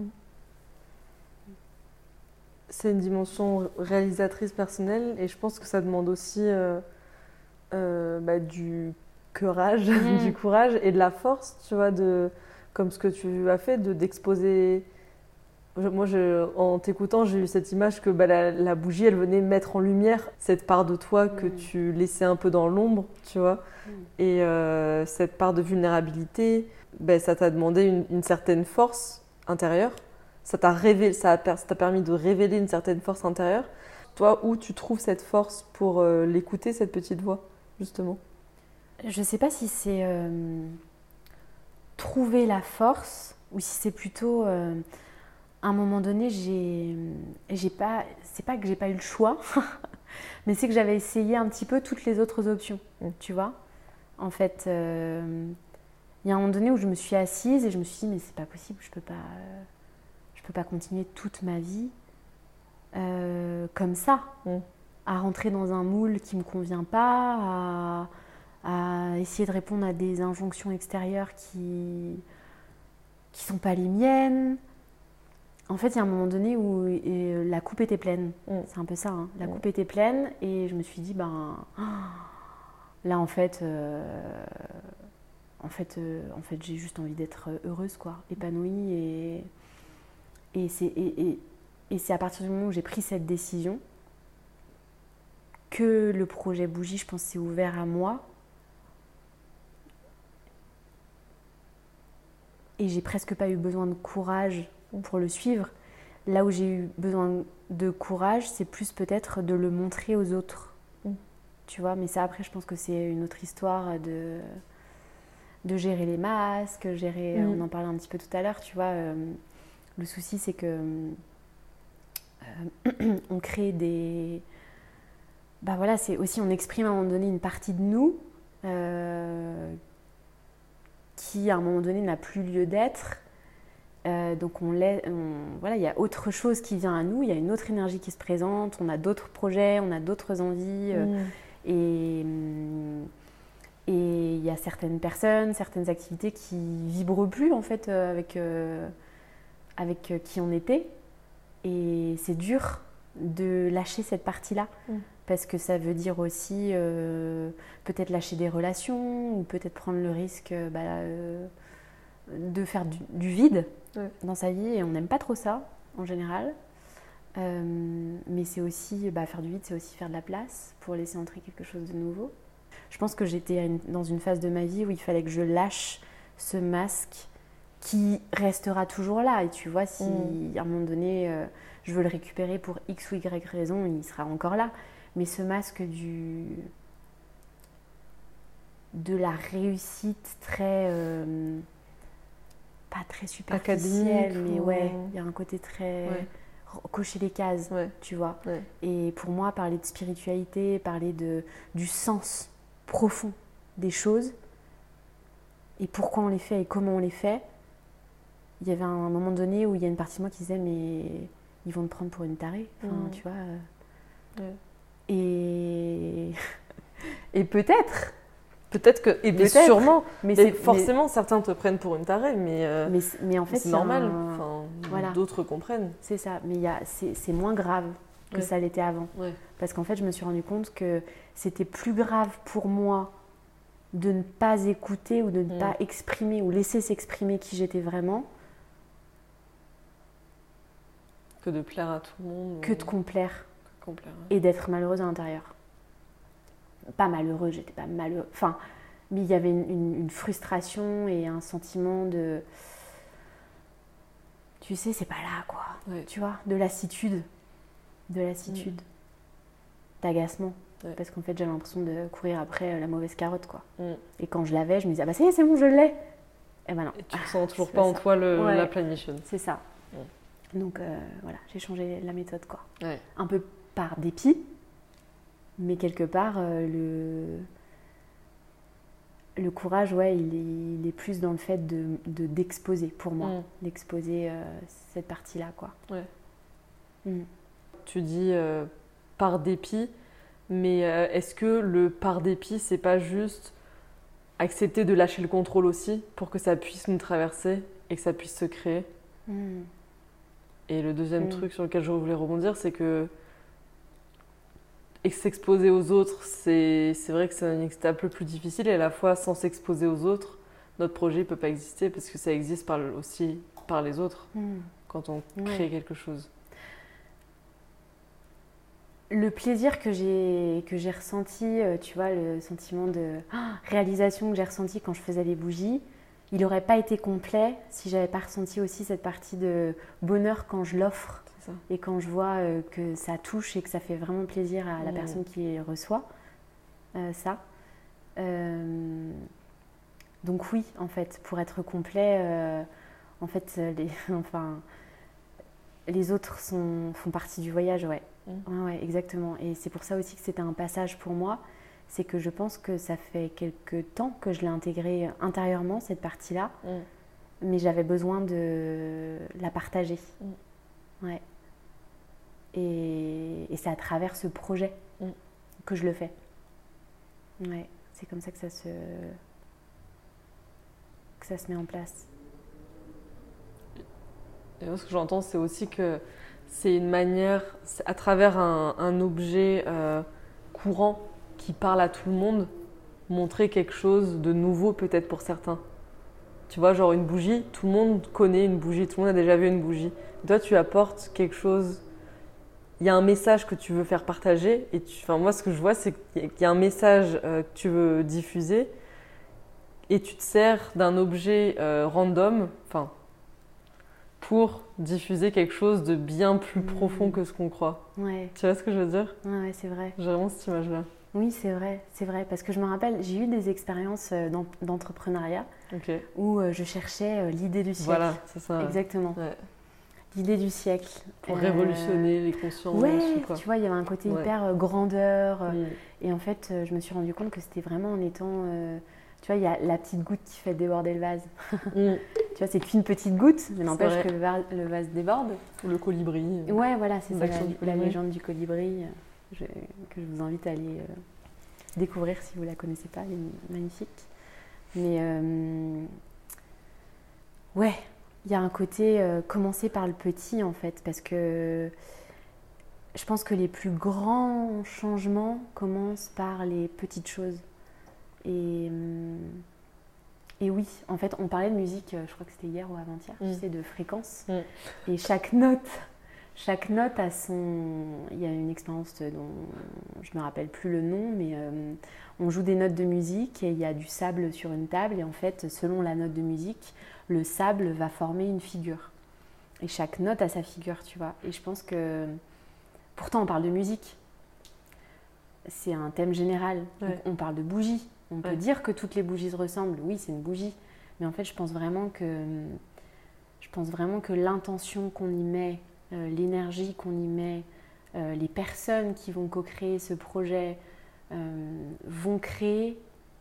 C'est une dimension réalisatrice personnelle et je pense que ça demande aussi euh, euh, bah, du courage, Mhm. du courage et de la force, tu vois, de, comme ce que tu as fait, de, d'exposer. Je- Moi, je, en t'écoutant, j'ai eu cette image que bah, la, la bougie, elle venait mettre en lumière cette part de toi que Mhm. tu laissais un peu dans l'ombre, tu vois. Mhm. Et euh, cette part de vulnérabilité, ben, ça t'a demandé une, une certaine force intérieure. Ça t'a révélé, ça a per- ça t'a permis de révéler une certaine force intérieure. Toi, où tu trouves cette force pour euh, l'écouter, cette petite voix, justement? Je ne sais pas si c'est euh, trouver la force ou si c'est plutôt euh, à un moment donné, j'ai, j'ai pas, c'est pas que j'ai pas eu le choix, mais c'est que j'avais essayé un petit peu toutes les autres options, Mm. tu vois. En fait, euh, il y a un moment donné où je me suis assise et je me suis dit mais c'est pas possible, je peux pas, euh, je peux pas continuer toute ma vie euh, comme ça, Mm. à rentrer dans un moule qui me convient pas, à, à essayer de répondre à des injonctions extérieures qui qui sont pas les miennes. En fait, il y a un moment donné où et, la coupe était pleine. Mm. C'est un peu ça. Hein. La Mm. coupe était pleine et je me suis dit, ben, là, en fait, euh, en fait, euh, en fait, j'ai juste envie d'être heureuse, quoi, épanouie. Et, et, c'est, et, et, et c'est à partir du moment où j'ai pris cette décision que le projet Bougie, je pense, s'est ouvert à moi. Et j'ai presque pas eu besoin de courage pour le suivre. Là où j'ai eu besoin de courage, c'est plus peut-être de le montrer aux autres. Mm. Tu vois, mais ça après, je pense que c'est une autre histoire de, de gérer les masques, gérer, Mm. on en parlait un petit peu tout à l'heure, tu vois. Euh, le souci, c'est que euh, on crée des... Bah voilà, c'est aussi, on exprime à un moment donné une partie de nous euh, qui, à un moment donné, n'a plus lieu d'être. Euh, donc on l'a- on- voilà, il y a autre chose qui vient à nous, il y a une autre énergie qui se présente, on a d'autres projets, on a d'autres envies euh, Mm. et hum, et il y a certaines personnes, certaines activités qui vibrent plus en fait euh, avec euh, avec euh, qui on était et c'est dur de lâcher cette partie-là Mm. parce que ça veut dire aussi euh, peut-être lâcher des relations ou peut-être prendre le risque euh, bah, euh, de faire du, du vide Ouais. dans sa vie et on n'aime pas trop ça en général. Euh, mais c'est aussi, bah, faire du vide, c'est aussi faire de la place pour laisser entrer quelque chose de nouveau. Je pense que j'étais à une- dans une phase de ma vie où il fallait que je lâche ce masque qui restera toujours là. Et tu vois, si Mm. à un moment donné, euh, je veux le récupérer pour X ou Y raison, il sera encore là. Mais ce masque du... de la réussite très... euh, pas très superficielle, Académique mais ou- ouais, il y a un côté très... Ouais. cocher les cases, Ouais. tu vois. Ouais. Et pour moi, parler de spiritualité, parler de, du sens profond des choses, et pourquoi on les fait et comment on les fait, il y avait un moment donné où il y a une partie de moi qui disait mais ils vont te prendre pour une tarée, enfin, Mm. tu vois. euh. Ouais. Et... et peut-être, Peut-être que, et mais Peut-être. sûrement, mais mais c'est forcément certains te prennent pour une tarée, mais, euh, Mais, mais en fait, c'est il y a normal. un- Enfin, Voilà. d'autres comprennent. C'est ça, mais il y a, c'est, c'est moins grave que Ouais. ça l'était avant. Ouais. Parce qu'en fait, je me suis rendu compte que c'était plus grave pour moi de ne pas écouter ou de ne Mm. pas exprimer ou laisser s'exprimer qui j'étais vraiment Que de plaire à tout le monde. que de complaire de complaire. et d'être malheureuse à l'intérieur. Pas malheureuse, j'étais pas malheureuse. Enfin, mais il y avait une, une- une frustration et un sentiment de... Tu sais, c'est pas là, quoi. Ouais. Tu vois, de lassitude. De lassitude. D'agacement. Ouais. Parce qu'en fait, j'avais l'impression de courir après euh, la mauvaise carotte, quoi. Mm. Et quand je l'avais, je me disais, ah bah ça y est, c'est bon, je l'ai. Et ben non. Et tu ressens toujours c'est pas pas en ça. toi le, Ouais. la planification. C'est ça. Donc euh, voilà, j'ai changé la méthode, quoi. Ouais. Un peu par dépit, mais quelque part, euh, le... le courage, ouais, il est, il est plus dans le fait de, de- d'exposer, pour moi. Mm. D'exposer euh, cette partie-là, quoi. Ouais. Mm. Tu dis euh, par dépit, mais euh, est-ce que le par dépit, c'est pas juste accepter de lâcher le contrôle aussi pour que ça puisse nous traverser et que ça puisse se créer? Mm. Et le deuxième Mm. truc sur lequel je voulais rebondir, c'est que et s'exposer aux autres, c'est c'est vrai que c'est une étape le plus difficile et à la fois sans s'exposer aux autres, notre projet ne peut pas exister parce que ça existe par, le- aussi par les autres Mm. quand on Ouais. crée quelque chose. Le plaisir que j'ai, que j'ai ressenti, euh, tu vois, le sentiment de ah, réalisation que j'ai ressenti quand je faisais les bougies, il n'aurait pas été complet si j'avais pas ressenti aussi cette partie de bonheur quand je l'offre C'est ça. et quand je vois euh, que ça touche et que ça fait vraiment plaisir à la Mmh. personne qui les reçoit, euh, ça. Euh, donc oui, en fait, pour être complet, euh, en fait, euh, les, enfin, les autres sont, font partie du voyage, ouais. Mmh. Ouais, ouais, exactement. Et c'est pour ça aussi que c'était un passage pour moi. C'est que je pense que ça fait quelques temps que je l'ai intégrée intérieurement, cette partie-là. Mm. Mais j'avais besoin de la partager. Mm. Ouais. Et, et c'est à travers ce projet Mm. que je le fais. Ouais, c'est comme ça que ça se, que ça se met en place. Et moi, ce que j'entends, c'est aussi que c'est une manière, c'est à travers un, un objet euh, courant qui parle à tout le monde, montrer quelque chose de nouveau peut-être pour certains. Tu vois, genre une bougie, tout le monde connaît une bougie, tout le monde a déjà vu une bougie. Et toi, tu apportes quelque chose, il y a un message que tu veux faire partager. Et tu, enfin, moi, ce que je vois, c'est qu'il y a un message euh, que tu veux diffuser et tu te sers d'un objet euh, random, enfin, pour diffuser quelque chose de bien plus Mmh. profond que ce qu'on croit. Ouais, Tu vois ce que je veux dire? ouais, ouais, c'est vrai. J'ai vraiment cette image-là. Oui, c'est vrai, c'est vrai. Parce que je me rappelle, j'ai eu des expériences euh, d'en- d'entrepreneuriat Ok. où euh, je cherchais euh, l'idée du siècle. Voilà, c'est ça. Exactement. Ouais. L'idée du siècle. Pour Euh, révolutionner les consciences. Ouais, ou quoi. tu vois, il y avait un côté Ouais. hyper euh, grandeur. euh, Mm. Et en fait, euh, je me suis rendu compte que c'était vraiment en étant. euh, tu vois, il y a la petite goutte qui fait déborder le vase. Mm. Tu vois, c'est qu'une petite goutte, mais n'empêche vrai. que le, va- le vase déborde. Ou le colibri. Ouais, voilà, c'est ça, la, L'action du la colibri. légende du colibri, euh, je- que je vous invite à aller euh, découvrir si vous ne la connaissez pas, elle est magnifique. Mais euh, ouais, il y a un côté euh, commencer par le petit en fait, parce que je pense que les plus grands changements commencent par les petites choses. Et, hum, et oui, en fait, on parlait de musique, euh, je crois que c'était hier ou avant-hier, Mm. tu sais, de fréquence. Mm. Et chaque note, chaque note a son... Il y a une expérience dont je ne me rappelle plus le nom, mais euh, on joue des notes de musique et il y a du sable sur une table. Et en fait, selon la note de musique, le sable va former une figure. Et chaque note a sa figure, tu vois. Et je pense que... Pourtant, on parle de musique. C'est un thème général. Donc, Ouais. on parle de bougies. On peut Ouais. dire que toutes les bougies se ressemblent. Oui, c'est une bougie. Mais en fait, je pense vraiment que... Je pense vraiment que l'intention qu'on y met, euh, l'énergie qu'on y met, euh, les personnes qui vont co-créer ce projet euh, vont créer,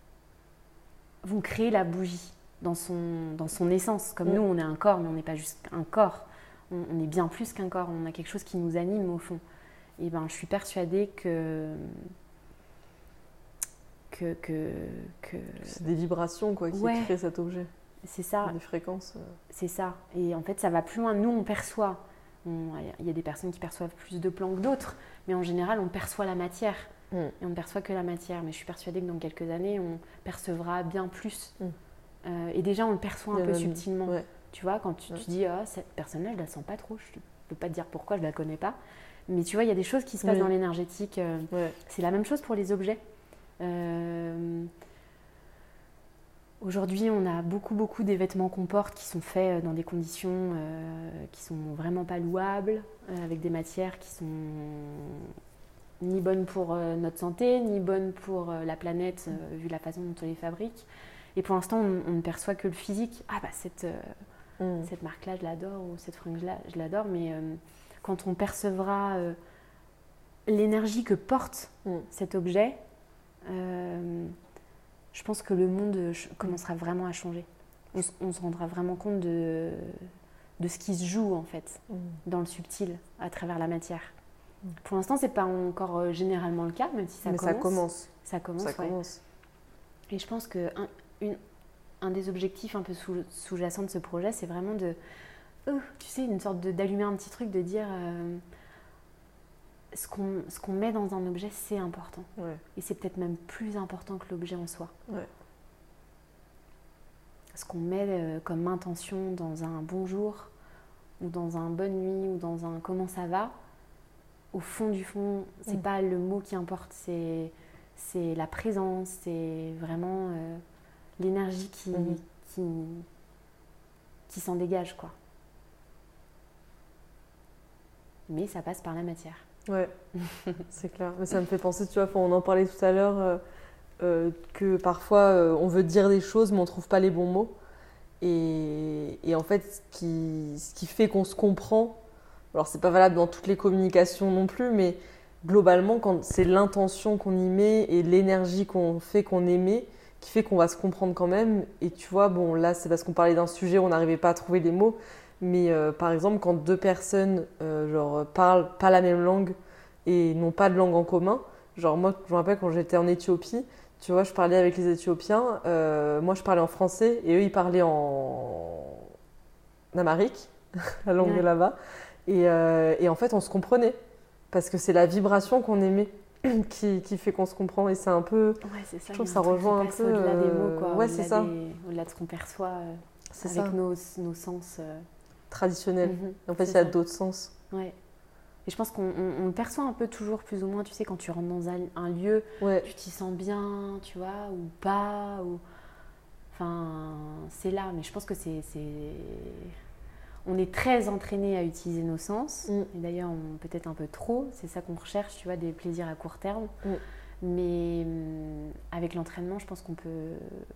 vont créer la bougie dans son, dans son essence. Comme Mm. nous, on est un corps, mais on n'est pas juste un corps. On, on est bien plus qu'un corps. On a quelque chose qui nous anime au fond. Et ben, je suis persuadée que que, que, que... C'est des vibrations quoi, qui Ouais. créent cet objet. c'est ça. Des fréquences. Euh... C'est ça. Et en fait, ça va plus loin. Nous, on perçoit. Il y a des personnes qui perçoivent plus de plans que d'autres, mais en général, on perçoit la matière. Mm. Et on ne perçoit que la matière. Mais je suis persuadée que dans quelques années, on percevra bien plus. Mm. Euh, et déjà, on le perçoit un peu même... subtilement. Ouais. Tu vois, quand tu, ouais. tu dis, oh, cette personne-là, je ne la sens pas trop. Je ne peux pas te dire pourquoi, je ne la connais pas. Mais tu vois, il y a des choses qui se passent oui. dans l'énergétique. Euh, ouais. C'est la même chose pour les objets. Euh... Aujourd'hui, on a beaucoup, beaucoup des vêtements qu'on porte qui sont faits dans des conditions euh, qui sont vraiment pas louables, euh, avec des matières qui sont ni bonnes pour euh, notre santé, ni bonnes pour euh, la planète, euh, vu la façon dont on les fabrique. Et pour l'instant, on, on ne perçoit que le physique. Ah bah cette, euh, mm. cette marque-là, je l'adore, ou cette fringue-là, je l'adore. Mais euh, quand on percevra euh, l'énergie que porte mm. cet objet, euh, je pense que le monde commencera vraiment à changer. On, on se rendra vraiment compte de, de ce qui se joue, en fait, mmh. dans le subtil, à travers la matière. Mmh. Pour l'instant, ce n'est pas encore généralement le cas, même si ça Mais commence. ça commence. Ça commence, ça ouais. commence. Et je pense qu'un un, un des objectifs un peu sous, sous-jacents de ce projet, c'est vraiment de... Oh, tu sais, une sorte de, d'allumer un petit truc, de dire... Euh, Ce qu'on, ce qu'on met dans un objet, c'est important. Ouais. Et c'est peut-être même plus important que l'objet en soi. Ouais. Ce qu'on met euh, comme intention dans un bonjour, ou dans un bonne nuit, ou dans un comment ça va, au fond du fond, c'est mmh. pas le mot qui importe, c'est, c'est la présence, c'est vraiment euh, l'énergie qui, mmh. qui, qui s'en dégage, quoi. Mais ça passe par la matière. Ouais, c'est clair. Mais ça me fait penser, tu vois, on en parlait tout à l'heure, euh, euh, que parfois euh, on veut dire des choses mais on ne trouve pas les bons mots. Et, et en fait, ce qui, ce qui fait qu'on se comprend, alors c'est pas valable dans toutes les communications non plus, mais globalement, quand c'est l'intention qu'on y met et l'énergie qu'on fait qu'on émet, qui fait qu'on va se comprendre quand même. Et tu vois, bon, là, c'est parce qu'on parlait d'un sujet où on n'arrivait pas à trouver les mots. Mais euh, par exemple, quand deux personnes euh, genre, parlent pas la même langue et n'ont pas de langue en commun, genre moi, je me rappelle quand j'étais en Éthiopie, tu vois, je parlais avec les Éthiopiens, euh, moi je parlais en français et eux ils parlaient en amharique, la langue ouais. de là-bas. Et, euh, et en fait, on se comprenait parce que c'est la vibration qu'on émet qui, qui fait qu'on se comprend. Et c'est un peu. Ouais, c'est ça. Je trouve que ça rejoint un peu. Au-delà des mots, quoi. Ouais, au-delà c'est ça. Des, au-delà de ce qu'on perçoit euh, c'est avec ça. Nos, nos sens. Euh... Traditionnels. Mm-hmm. En fait, il y a d'autres sens. Ouais. Et je pense qu'on on, on perçoit un peu toujours plus ou moins, tu sais, quand tu rentres dans un, un lieu, ouais. tu t'y sens bien, tu vois, ou pas. Ou... Enfin, c'est là. Mais je pense que c'est. c'est... On est très entraîné à utiliser nos sens, mm. et d'ailleurs on, peut-être un peu trop, c'est ça qu'on recherche, tu vois, des plaisirs à court terme. Mm. Mais hum, avec l'entraînement, je pense qu'on peut,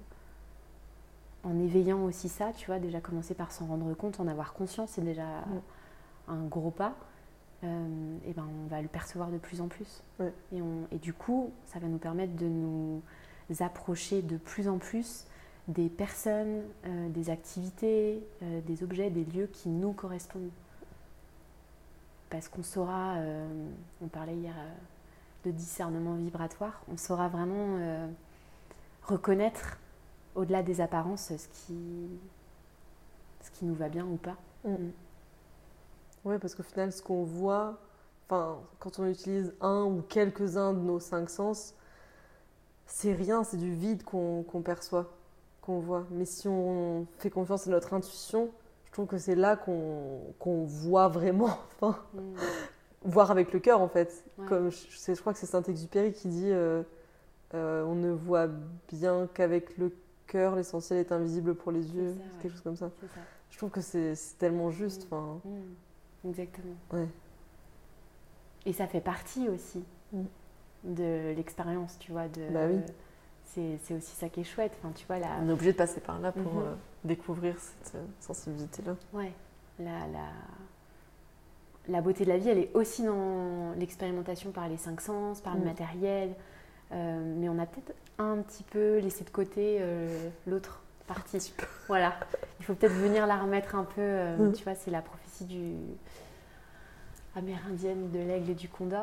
en éveillant aussi ça, tu vois, déjà commencer par s'en rendre compte, en avoir conscience, c'est déjà mm. un gros pas, euh, et ben on va le percevoir de plus en plus. Mm. Et, on, et du coup, ça va nous permettre de nous approcher de plus en plus des personnes, euh, des activités, euh, des objets, des lieux qui nous correspondent. Parce qu'on saura, euh, on parlait hier euh, de discernement vibratoire, on saura vraiment euh, reconnaître, au-delà des apparences, ce qui, ce qui nous va bien ou pas. Mmh. Mmh. Oui, parce qu'au final, ce qu'on voit, quand on utilise un ou quelques-uns de nos cinq sens, c'est rien, c'est du vide qu'on, qu'on perçoit. Qu'on voit. Mais si on fait confiance à notre intuition, je trouve que c'est là qu'on, qu'on voit vraiment, enfin, mmh. voir avec le cœur en fait. Ouais. Comme je, je, je crois que c'est Saint-Exupéry qui dit euh, euh, on ne voit bien qu'avec le cœur, l'essentiel est invisible pour les yeux, ça, quelque ouais. chose comme ça. ça. Je trouve que c'est, c'est tellement juste. Mmh. Mmh. Exactement. Ouais. Et ça fait partie aussi mmh. de l'expérience, tu vois, de. Bah oui. C'est, c'est aussi ça qui est chouette. Enfin, tu vois, la... On est obligé de passer par là pour mm-hmm. euh, découvrir cette euh, sensibilité-là. Ouais. La, la... la beauté de la vie, elle est aussi dans l'expérimentation par les cinq sens, par mm. le matériel. Euh, mais on a peut-être un petit peu laissé de côté euh, l'autre partie. Voilà. Il faut peut-être venir la remettre un peu. Euh, mm. Tu vois, c'est la prophétie du... amérindienne de l'aigle et du condor.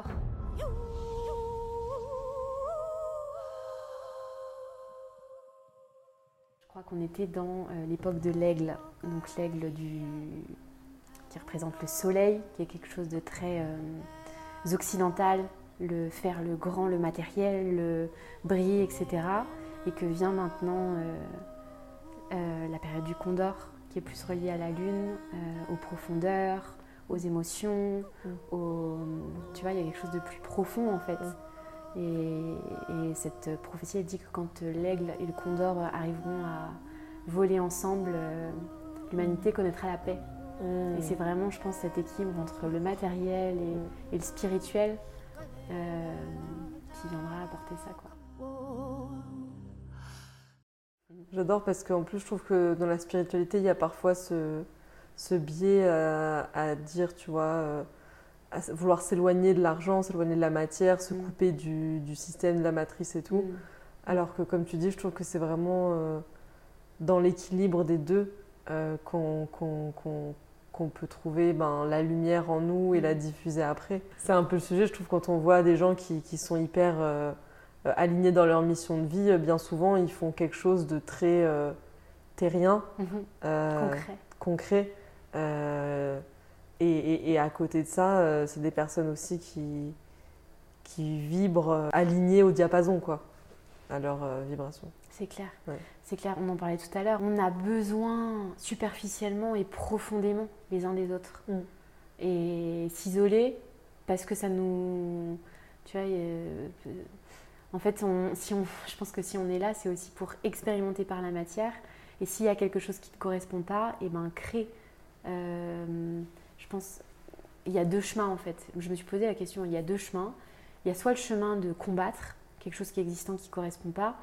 Je Je crois qu'on était dans euh, l'époque de l'aigle, donc l'aigle du... qui représente le soleil, qui est quelque chose de très euh, occidental, le faire le grand, le matériel, le briller, et cetera. Et que vient maintenant euh, euh, la période du condor, qui est plus reliée à la lune, euh, aux profondeurs, aux émotions, mm. aux... tu vois, il y a quelque chose de plus profond en fait. Mm. Et, et cette prophétie, elle dit que quand l'aigle et le condor arriveront à voler ensemble, euh, l'humanité connaîtra la paix. Mmh. Et c'est vraiment, je pense, cet équilibre entre le matériel et, mmh. et le spirituel euh, qui viendra apporter ça, quoi. J'adore parce qu'en plus, je trouve que dans la spiritualité, il y a parfois ce, ce biais à, à dire, tu vois, euh, à vouloir s'éloigner de l'argent, s'éloigner de la matière, se mmh. couper du, du système, de la matrice et tout. Mmh. Alors que, comme tu dis, je trouve que c'est vraiment euh, dans l'équilibre des deux euh, qu'on, qu'on, qu'on, qu'on peut trouver ben, la lumière en nous et mmh. la diffuser après. C'est un peu le sujet, je trouve, quand on voit des gens qui, qui sont hyper euh, alignés dans leur mission de vie, bien souvent, ils font quelque chose de très euh, terrien, mmh. euh, concret. concret euh, Et, et, et à côté de ça, euh, c'est des personnes aussi qui, qui vibrent euh, alignées au diapason, quoi, à leur euh, vibration. C'est clair. Ouais. C'est clair, on en parlait tout à l'heure. On a besoin superficiellement et profondément les uns des autres. Mm. Et s'isoler parce que ça nous... Tu vois, euh, en fait, on, si on, je pense que si on est là, c'est aussi pour expérimenter par la matière. Et s'il y a quelque chose qui ne te correspond pas, et ben crée. Euh, Je pense qu'il y a deux chemins en fait. Je me suis posé la question, il y a deux chemins. Il y a soit le chemin de combattre quelque chose qui est existant, qui ne correspond pas.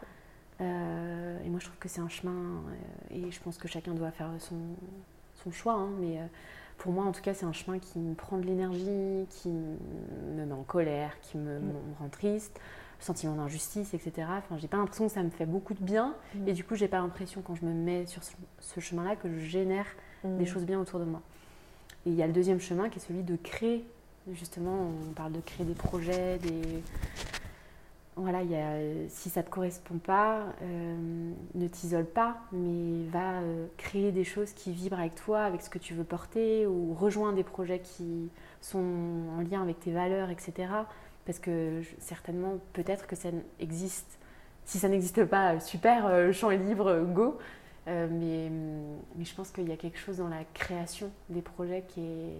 Euh, et moi je trouve que c'est un chemin, euh, et je pense que chacun doit faire son, son choix. Hein, mais euh, pour moi en tout cas c'est un chemin qui me prend de l'énergie, qui me met en colère, qui me, mmh. me rend triste, sentiment d'injustice, et cetera. Enfin, j'ai pas l'impression que ça me fait beaucoup de bien. Mmh. Et du coup j'ai pas l'impression quand je me mets sur ce, ce chemin-là que je génère mmh. des choses bien autour de moi. Et il y a le deuxième chemin qui est celui de créer, justement, on parle de créer des projets, des... Voilà, il y a, si ça ne te correspond pas, euh, ne t'isole pas, mais va euh, créer des choses qui vibrent avec toi, avec ce que tu veux porter, ou rejoins des projets qui sont en lien avec tes valeurs, et cetera. Parce que certainement, peut-être que ça existe. Si ça n'existe pas, super, euh, le champ est libre, go. Euh, mais, mais je pense qu'il y a quelque chose dans la création des projets qui est,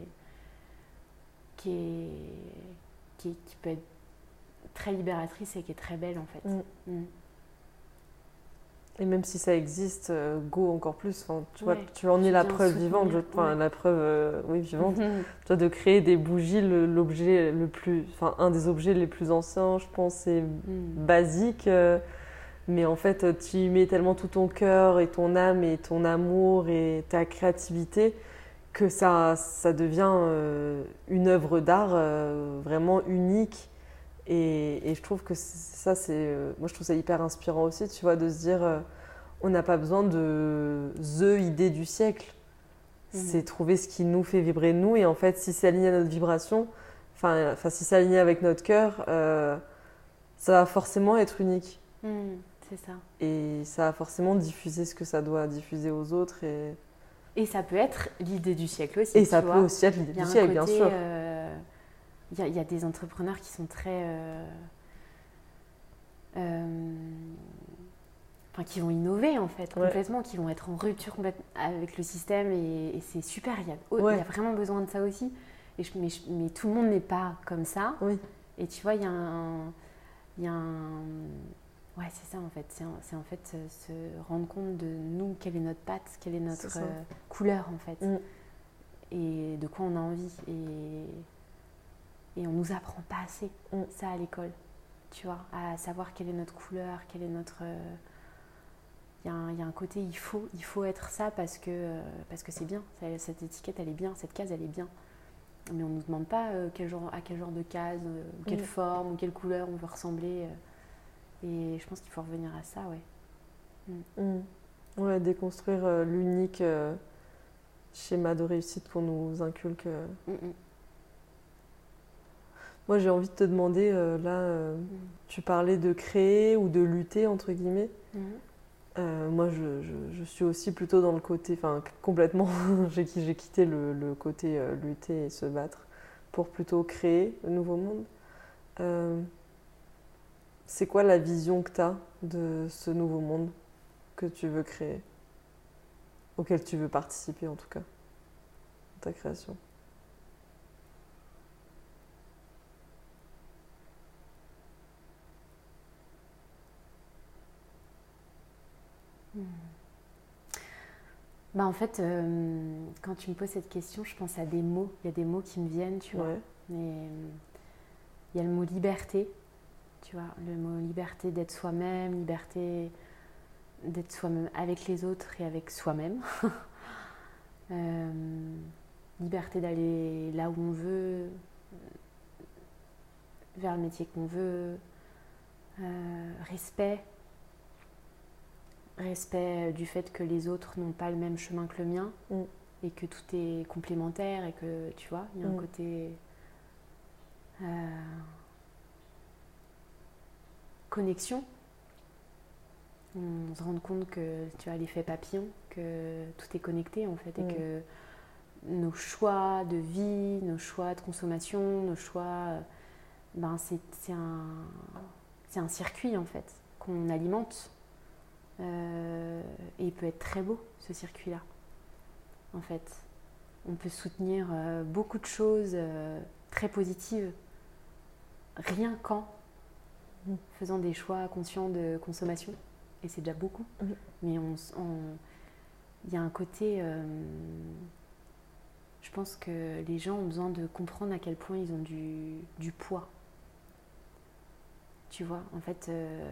qui est, qui, est, qui peut être très libératrice et qui est très belle en fait. Mm. Mm. Et même si ça existe, euh, go encore plus. Enfin, tu vois, ouais, tu en es la preuve soutenir, vivante, je, enfin, ouais. la preuve, euh, oui, vivante. Mm-hmm. Tu vois, de créer des bougies, le, l'objet le plus, enfin, un des objets les plus anciens, je pense, c'est mm. basique. Euh, Mais en fait, tu y mets tellement tout ton cœur et ton âme et ton amour et ta créativité que ça, ça devient euh, une œuvre d'art euh, vraiment unique. Et, et je trouve que ça, c'est, euh, moi, je trouve ça hyper inspirant aussi, tu vois, de se dire, euh, on n'a pas besoin de the idée du siècle. Mmh. C'est trouver ce qui nous fait vibrer nous. Et en fait, si c'est aligné à notre vibration, enfin, si c'est aligné avec notre cœur, euh, ça va forcément être unique. Mmh. C'est ça. Et ça va forcément diffuser ce que ça doit diffuser aux autres. Et, et ça peut être l'idée du siècle aussi. Et ça vois. peut aussi être l'idée du siècle, côté, bien sûr. Euh, il y a, il y a des entrepreneurs qui sont très... Euh, euh, enfin, qui vont innover en fait, ouais. complètement, qui vont être en rupture complète avec le système. Et, et c'est super. Il y, a, oh, ouais. il y a vraiment besoin de ça aussi. Et je, mais, je, mais tout le monde n'est pas comme ça. Oui. Et tu vois, il y a un... Il y a un Ouais, c'est ça en fait. C'est, c'est en fait euh, se rendre compte de nous, quelle est notre patte, quelle est notre est euh, couleur en fait. Mm. Et de quoi on a envie. Et, et on nous apprend pas assez mm. ça à l'école. Tu vois, à savoir quelle est notre couleur, quelle est notre... Il euh, y, y a un côté, il faut, il faut être ça parce que, euh, parce que c'est bien. Cette étiquette, elle est bien. Cette case, elle est bien. Mais on ne nous demande pas euh, quel genre, à quel genre de case, euh, quelle mm. forme, ou quelle couleur on veut ressembler. Euh. Et je pense qu'il faut revenir à ça, ouais. Mm. Mm. Ouais, déconstruire euh, l'unique euh, schéma de réussite qu'on nous inculque. Euh. Mm-mm. Moi, j'ai envie de te demander, euh, là, euh, mm. tu parlais de créer ou de lutter, entre guillemets. Mm. Euh, moi, je, je- je suis aussi plutôt dans le côté, enfin complètement, j'ai j'ai quitté le, le côté euh, lutter et se battre pour plutôt créer le nouveau monde. Euh, c'est quoi la vision que tu as de ce nouveau monde que tu veux créer, auquel tu veux participer en tout cas, dans ta création? Bah en fait, euh, quand tu me poses cette question, je pense à des mots. Il y a des mots qui me viennent, tu vois. Ouais. Mais, euh, il y a le mot liberté, tu vois. Le mot liberté d'être soi-même, liberté d'être soi-même avec les autres et avec soi-même. Euh, liberté d'aller là où on veut, vers le métier qu'on veut. Euh, respect. Respect du fait que les autres n'ont pas le même chemin que le mien. Mm. Et que tout est complémentaire et que, tu vois, il y a un Mm. côté euh, connexion. On se rend compte que, tu vois, l'effet papillon, que tout est connecté en fait, et Mm. que nos choix de vie, nos choix de consommation, nos choix, ben c'est, c'est un, c'est un circuit en fait qu'on alimente. Euh, et il peut être très beau ce circuit-là. En fait, on peut soutenir euh, beaucoup de choses euh, très positives rien qu'en Mm. faisant des choix conscients de consommation. Et c'est déjà beaucoup. Mm. Mais on, on, il y a un côté... Euh, je pense que les gens ont besoin de comprendre à quel point ils ont du, du poids. Tu vois, en fait, euh,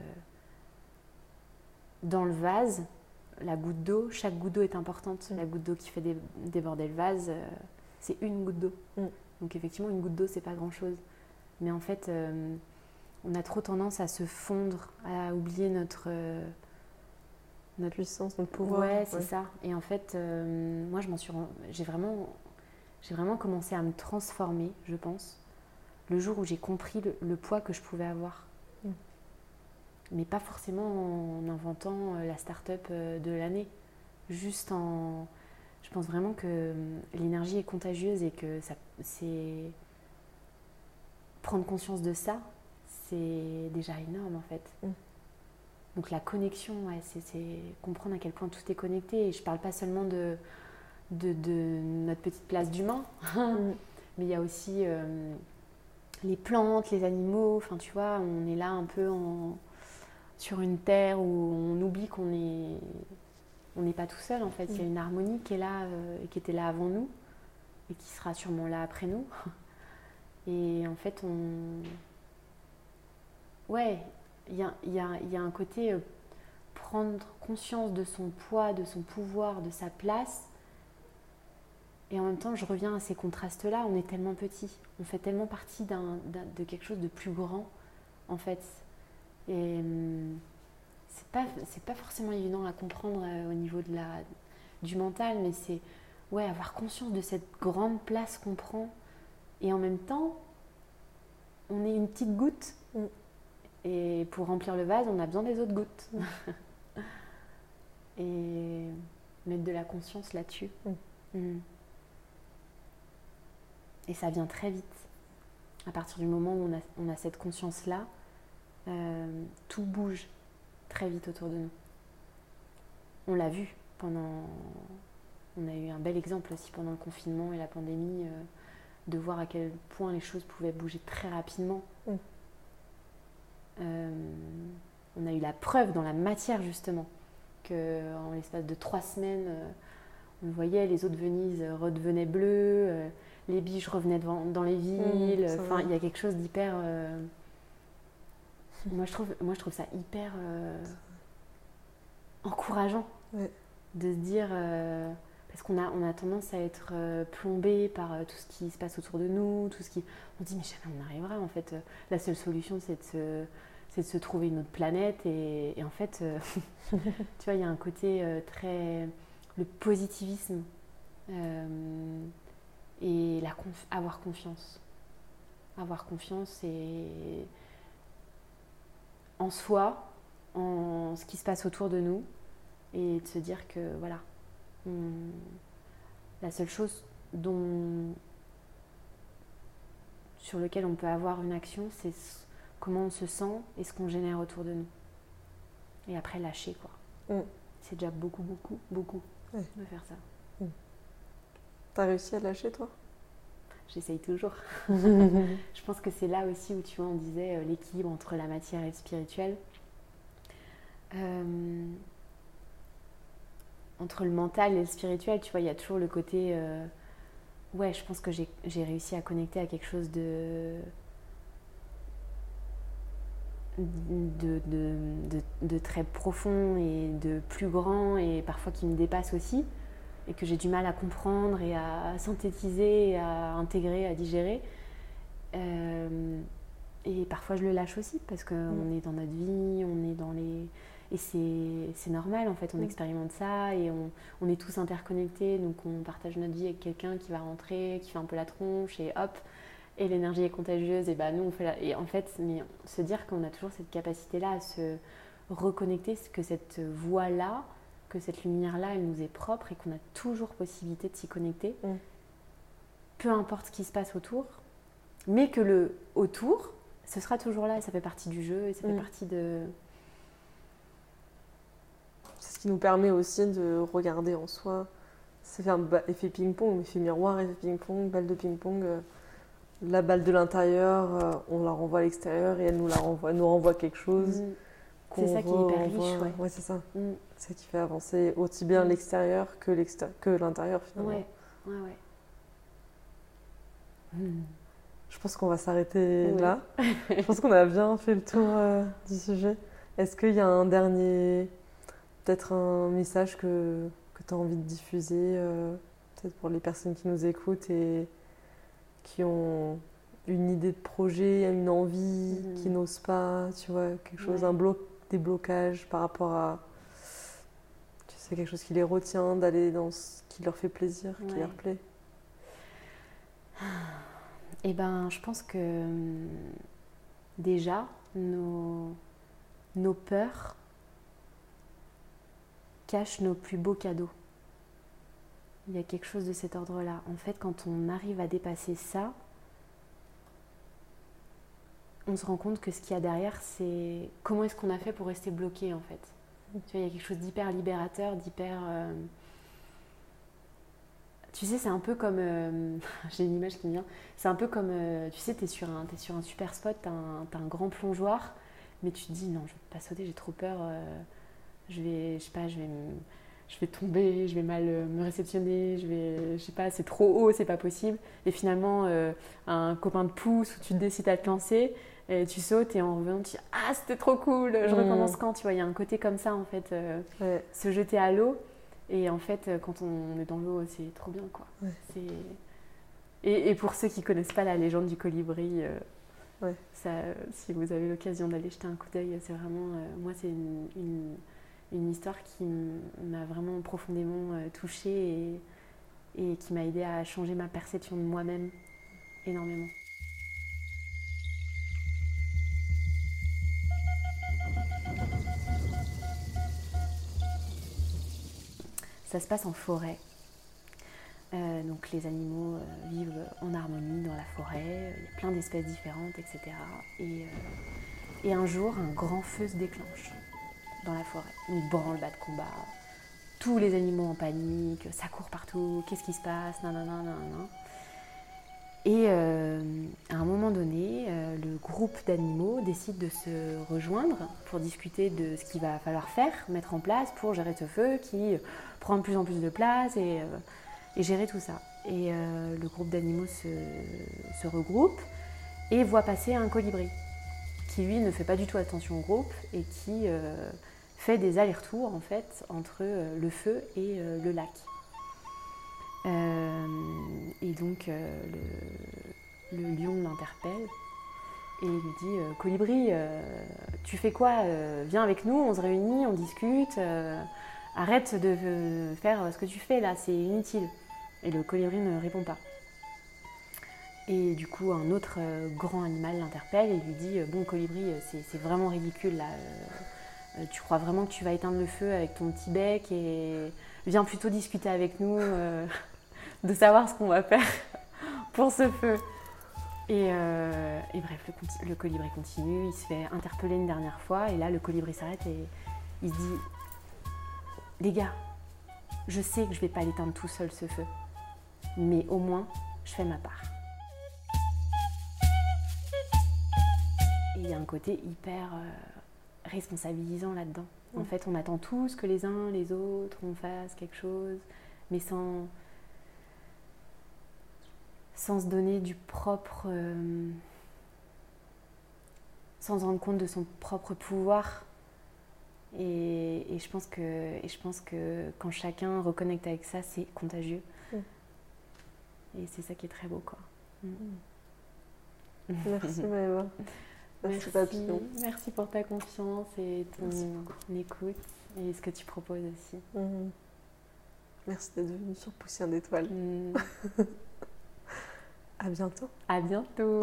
dans le vase, la goutte d'eau, chaque goutte d'eau est importante. Mm. La goutte d'eau qui fait dé- déborder le vase, euh, c'est une goutte d'eau. Mm. Donc effectivement, une goutte d'eau, c'est pas grand-chose. Mais en fait, euh, on a trop tendance à se fondre, à oublier notre... euh, Notre puissance, notre pouvoir. Ouais, c'est ça. Et en fait, euh, moi, je m'en suis... ren- J'ai vraiment... J'ai vraiment commencé à me transformer, je pense, le jour où j'ai compris le, le poids que je pouvais avoir. Mm. Mais pas forcément en inventant euh, la start-up euh, de l'année. Juste en... Je pense vraiment que euh, l'énergie est contagieuse et que ça, c'est... Prendre conscience de ça, c'est déjà énorme en fait. Mm. Donc la connexion, ouais, c'est, c'est comprendre à quel point tout est connecté. Et je parle pas seulement de... De, de notre petite place d'humain, Mm. mais il y a aussi euh, les plantes, les animaux, enfin tu vois, on est là un peu en, sur une terre où on oublie qu'on est, on n'est pas tout seul en fait, il y a une harmonie qui est là euh, et qui était là avant nous et qui sera sûrement là après nous. Et en fait, on... Ouais, il y a, il y a, il y a un côté euh, prendre conscience de son poids, de son pouvoir, de sa place. Et en même temps, je reviens à ces contrastes-là. On est tellement petit, on fait tellement partie d'un, d'un- de quelque chose de plus grand, en fait. Et hum, c'est pas, c'est pas forcément évident à comprendre euh, au niveau de la, du mental, mais c'est ouais, avoir conscience de cette grande place qu'on prend. Et en même temps, on est une petite goutte. Mm. Et pour remplir le vase, on a besoin des autres gouttes. Et mettre de la conscience là-dessus. Mm. Mm. Et ça vient très vite. À partir du moment où on a, on a cette conscience-là, euh, tout bouge très vite autour de nous. On l'a vu pendant... On a eu un bel exemple aussi pendant le confinement et la pandémie, euh, de voir à quel point les choses pouvaient bouger très rapidement. Mm. Euh, on a eu la preuve dans la matière, justement, qu'en l'espace de trois semaines, euh, on le voyait, les eaux de Venise redevenaient bleues, euh, les biches revenaient devant, dans les villes. Mmh, enfin, il y a quelque chose d'hyper... Euh... moi, je trouve, moi, je trouve ça hyper euh, encourageant, Ouais. de se dire... Euh, parce qu'on a, on a tendance à être euh, plombé par euh, tout ce qui se passe autour de nous, tout ce qui... On dit, mais jamais on arrivera, en fait. La seule solution, c'est de se, c'est de se trouver une autre planète. Et, et en fait, euh, tu vois, il y a un côté euh, très... Le positivisme euh, et la conf- avoir confiance. Avoir confiance et... en soi, en ce qui se passe autour de nous, et de se dire que voilà, on... la seule chose dont... sur lequel on peut avoir une action, c'est comment on se sent et ce qu'on génère autour de nous. Et après, lâcher, quoi. Mm. C'est déjà beaucoup, beaucoup, beaucoup ouais. de faire ça. Mm. T'as réussi à lâcher, toi ? J'essaye toujours. Je pense que c'est là aussi où, tu vois, on disait euh, l'équilibre entre la matière et le spirituel. Euh, entre le mental et le spirituel, tu vois, il y a toujours le côté... Euh, ouais, je pense que j'ai, j'ai réussi à connecter à quelque chose de... De, de, de, de très profond et de plus grand et parfois qui me dépasse aussi et que j'ai du mal à comprendre et à synthétiser, à intégrer, à digérer. Euh, et parfois je le lâche aussi parce qu'on mmh. est dans notre vie, on est dans les... Et c'est, c'est normal en fait, on mmh. expérimente ça et on, on est tous interconnectés, donc on partage notre vie avec quelqu'un qui va rentrer, qui fait un peu la tronche et hop, et l'énergie est contagieuse et bah nous on fait la... Et en fait, mais se dire qu'on a toujours cette capacité-là à se reconnecter, que cette voix-là, que cette lumière-là, elle nous est propre et qu'on a toujours possibilité de s'y connecter, mmh. peu importe ce qui se passe autour, mais que le autour, ce sera toujours là et ça fait partie du jeu et ça fait mmh. partie de... C'est ce qui nous permet aussi de regarder en soi. Ça fait un effet ping-pong, effet miroir, effet ping-pong, balle de ping-pong. Euh, la balle de l'intérieur, euh, on la renvoie à l'extérieur et elle nous la renvoie, nous renvoie quelque chose. Mmh. C'est ça qui est hyper riche, ouais. Ouais, c'est ça. Mmh. C'est ça qui fait avancer aussi bien mmh. l'extérieur que, l'extérieur que l'intérieur finalement. Ouais, ouais, ouais. Mmh. Je pense qu'on va s'arrêter oui. là. Je pense qu'on a bien fait le tour euh, du sujet. Est-ce qu'il y a un dernier, peut-être un message que, que tu as envie de diffuser, euh, peut-être pour les personnes qui nous écoutent et qui ont une idée de projet, une envie, mmh. qui n'osent pas, tu vois, quelque chose, ouais. un bloc, des blocages par rapport à, tu sais, quelque chose qui les retient, d'aller dans ce qui leur fait plaisir, ouais. qui leur plaît. Eh ben, je pense que déjà, nos, nos peurs cachent nos plus beaux cadeaux. Il y a quelque chose de cet ordre-là. En fait, quand on arrive à dépasser ça, on se rend compte que ce qu'il y a derrière, c'est comment est-ce qu'on a fait pour rester bloqué, en fait. Tu vois, il y a quelque chose d'hyper libérateur, d'hyper... Euh... Tu sais, c'est un peu comme... Euh... J'ai une image qui me vient. C'est un peu comme... Euh... Tu sais, t'es sur un, t'es sur un super spot, t'as un, t'as un grand plongeoir, mais tu te dis, non, je vais pas sauter, j'ai trop peur. Euh... Je vais... Je sais pas, je vais... Me... Je vais tomber, je vais mal me réceptionner, je vais, je sais pas, c'est trop haut, c'est pas possible. Et finalement, euh, un copain te pousse ou tu décides à te lancer, et tu sautes et en revenant, tu dis « Ah, c'était trop cool, je mmh. recommence quand ?» Tu vois, il y a un côté comme ça, en fait, euh, ouais. se jeter à l'eau. Et en fait, quand on est dans l'eau, c'est trop bien, quoi. Ouais. C'est... Et, et pour ceux qui connaissent pas la légende du colibri, euh, ouais. ça, si vous avez l'occasion d'aller jeter un coup d'œil, c'est vraiment... Euh, moi, c'est une... une une histoire qui m'a vraiment profondément touchée et, et qui m'a aidée à changer ma perception de moi-même énormément. Ça se passe en forêt. Euh, donc les animaux euh, vivent en harmonie dans la forêt, il y a plein d'espèces différentes, et cetera. Et, euh, et un jour, un grand feu se déclenche dans la forêt. Une branle-bas de combat, tous les animaux en panique, ça court partout, qu'est-ce qui se passe, nanana, nanana. Et euh, à un moment donné, euh, le groupe d'animaux décide de se rejoindre pour discuter de ce qu'il va falloir faire, mettre en place pour gérer ce feu qui prend de plus en plus de place et, euh, et gérer tout ça. Et euh, le groupe d'animaux se, se regroupe et voit passer un colibri qui lui ne fait pas du tout attention au groupe et qui euh, fait des allers-retours en fait entre euh, le feu et euh, le lac. Euh, et donc euh, le, le lion l'interpelle et lui dit euh, « Colibri, euh, tu fais quoi euh, Viens avec nous, on se réunit, on discute, euh, arrête de euh, faire ce que tu fais là, c'est inutile. » Et le colibri ne répond pas. Et du coup, un autre euh, grand animal l'interpelle et lui dit « Bon, Colibri, c'est, c'est vraiment ridicule là. euh, tu crois vraiment que tu vas éteindre le feu avec ton petit bec et viens plutôt discuter avec nous euh, de savoir ce qu'on va faire pour ce feu. Et, euh, et bref, le, conti- le colibri continue, il se fait interpeller une dernière fois et là le colibri s'arrête et il se dit « Les gars, je sais que je vais pas l'éteindre tout seul ce feu, mais au moins je fais ma part. » Et il y a un côté hyper euh, responsabilisant là-dedans. En fait, on attend tous que les uns les autres on fasse quelque chose, mais sans... sans se donner du propre, euh, sans se rendre compte de son propre pouvoir. Et, et, je pense que, et je pense que quand chacun reconnecte avec ça, c'est contagieux. Mm. Et c'est ça qui est très beau, quoi. Mm. Merci Maëva. Merci, Papillon. Merci pour ta confiance et ton écoute et ce que tu proposes aussi. Mm. Merci d'être venue sur Poussière d'étoiles. Mm. À bientôt. À bientôt.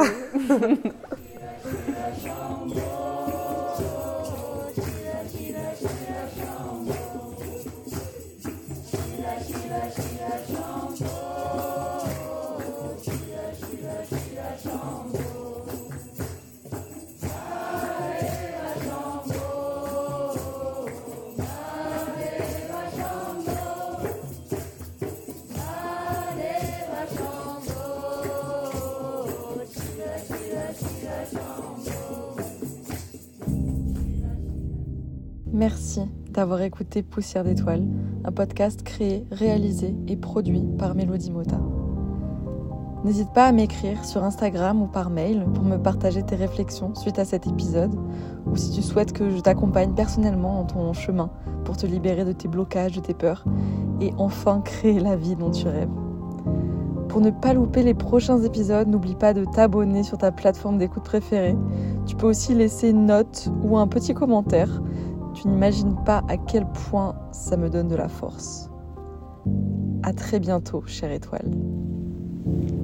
Merci d'avoir écouté Poussière d'étoiles, un podcast créé, réalisé et produit par Mélodie Mota. N'hésite pas à m'écrire sur Instagram ou par mail pour me partager tes réflexions suite à cet épisode, ou si tu souhaites que je t'accompagne personnellement dans ton chemin pour te libérer de tes blocages, de tes peurs, et enfin créer la vie dont tu rêves. Pour ne pas louper les prochains épisodes, n'oublie pas de t'abonner sur ta plateforme d'écoute préférée. Tu peux aussi laisser une note ou un petit commentaire. Tu n'imagines pas à quel point ça me donne de la force. À très bientôt, chère étoile.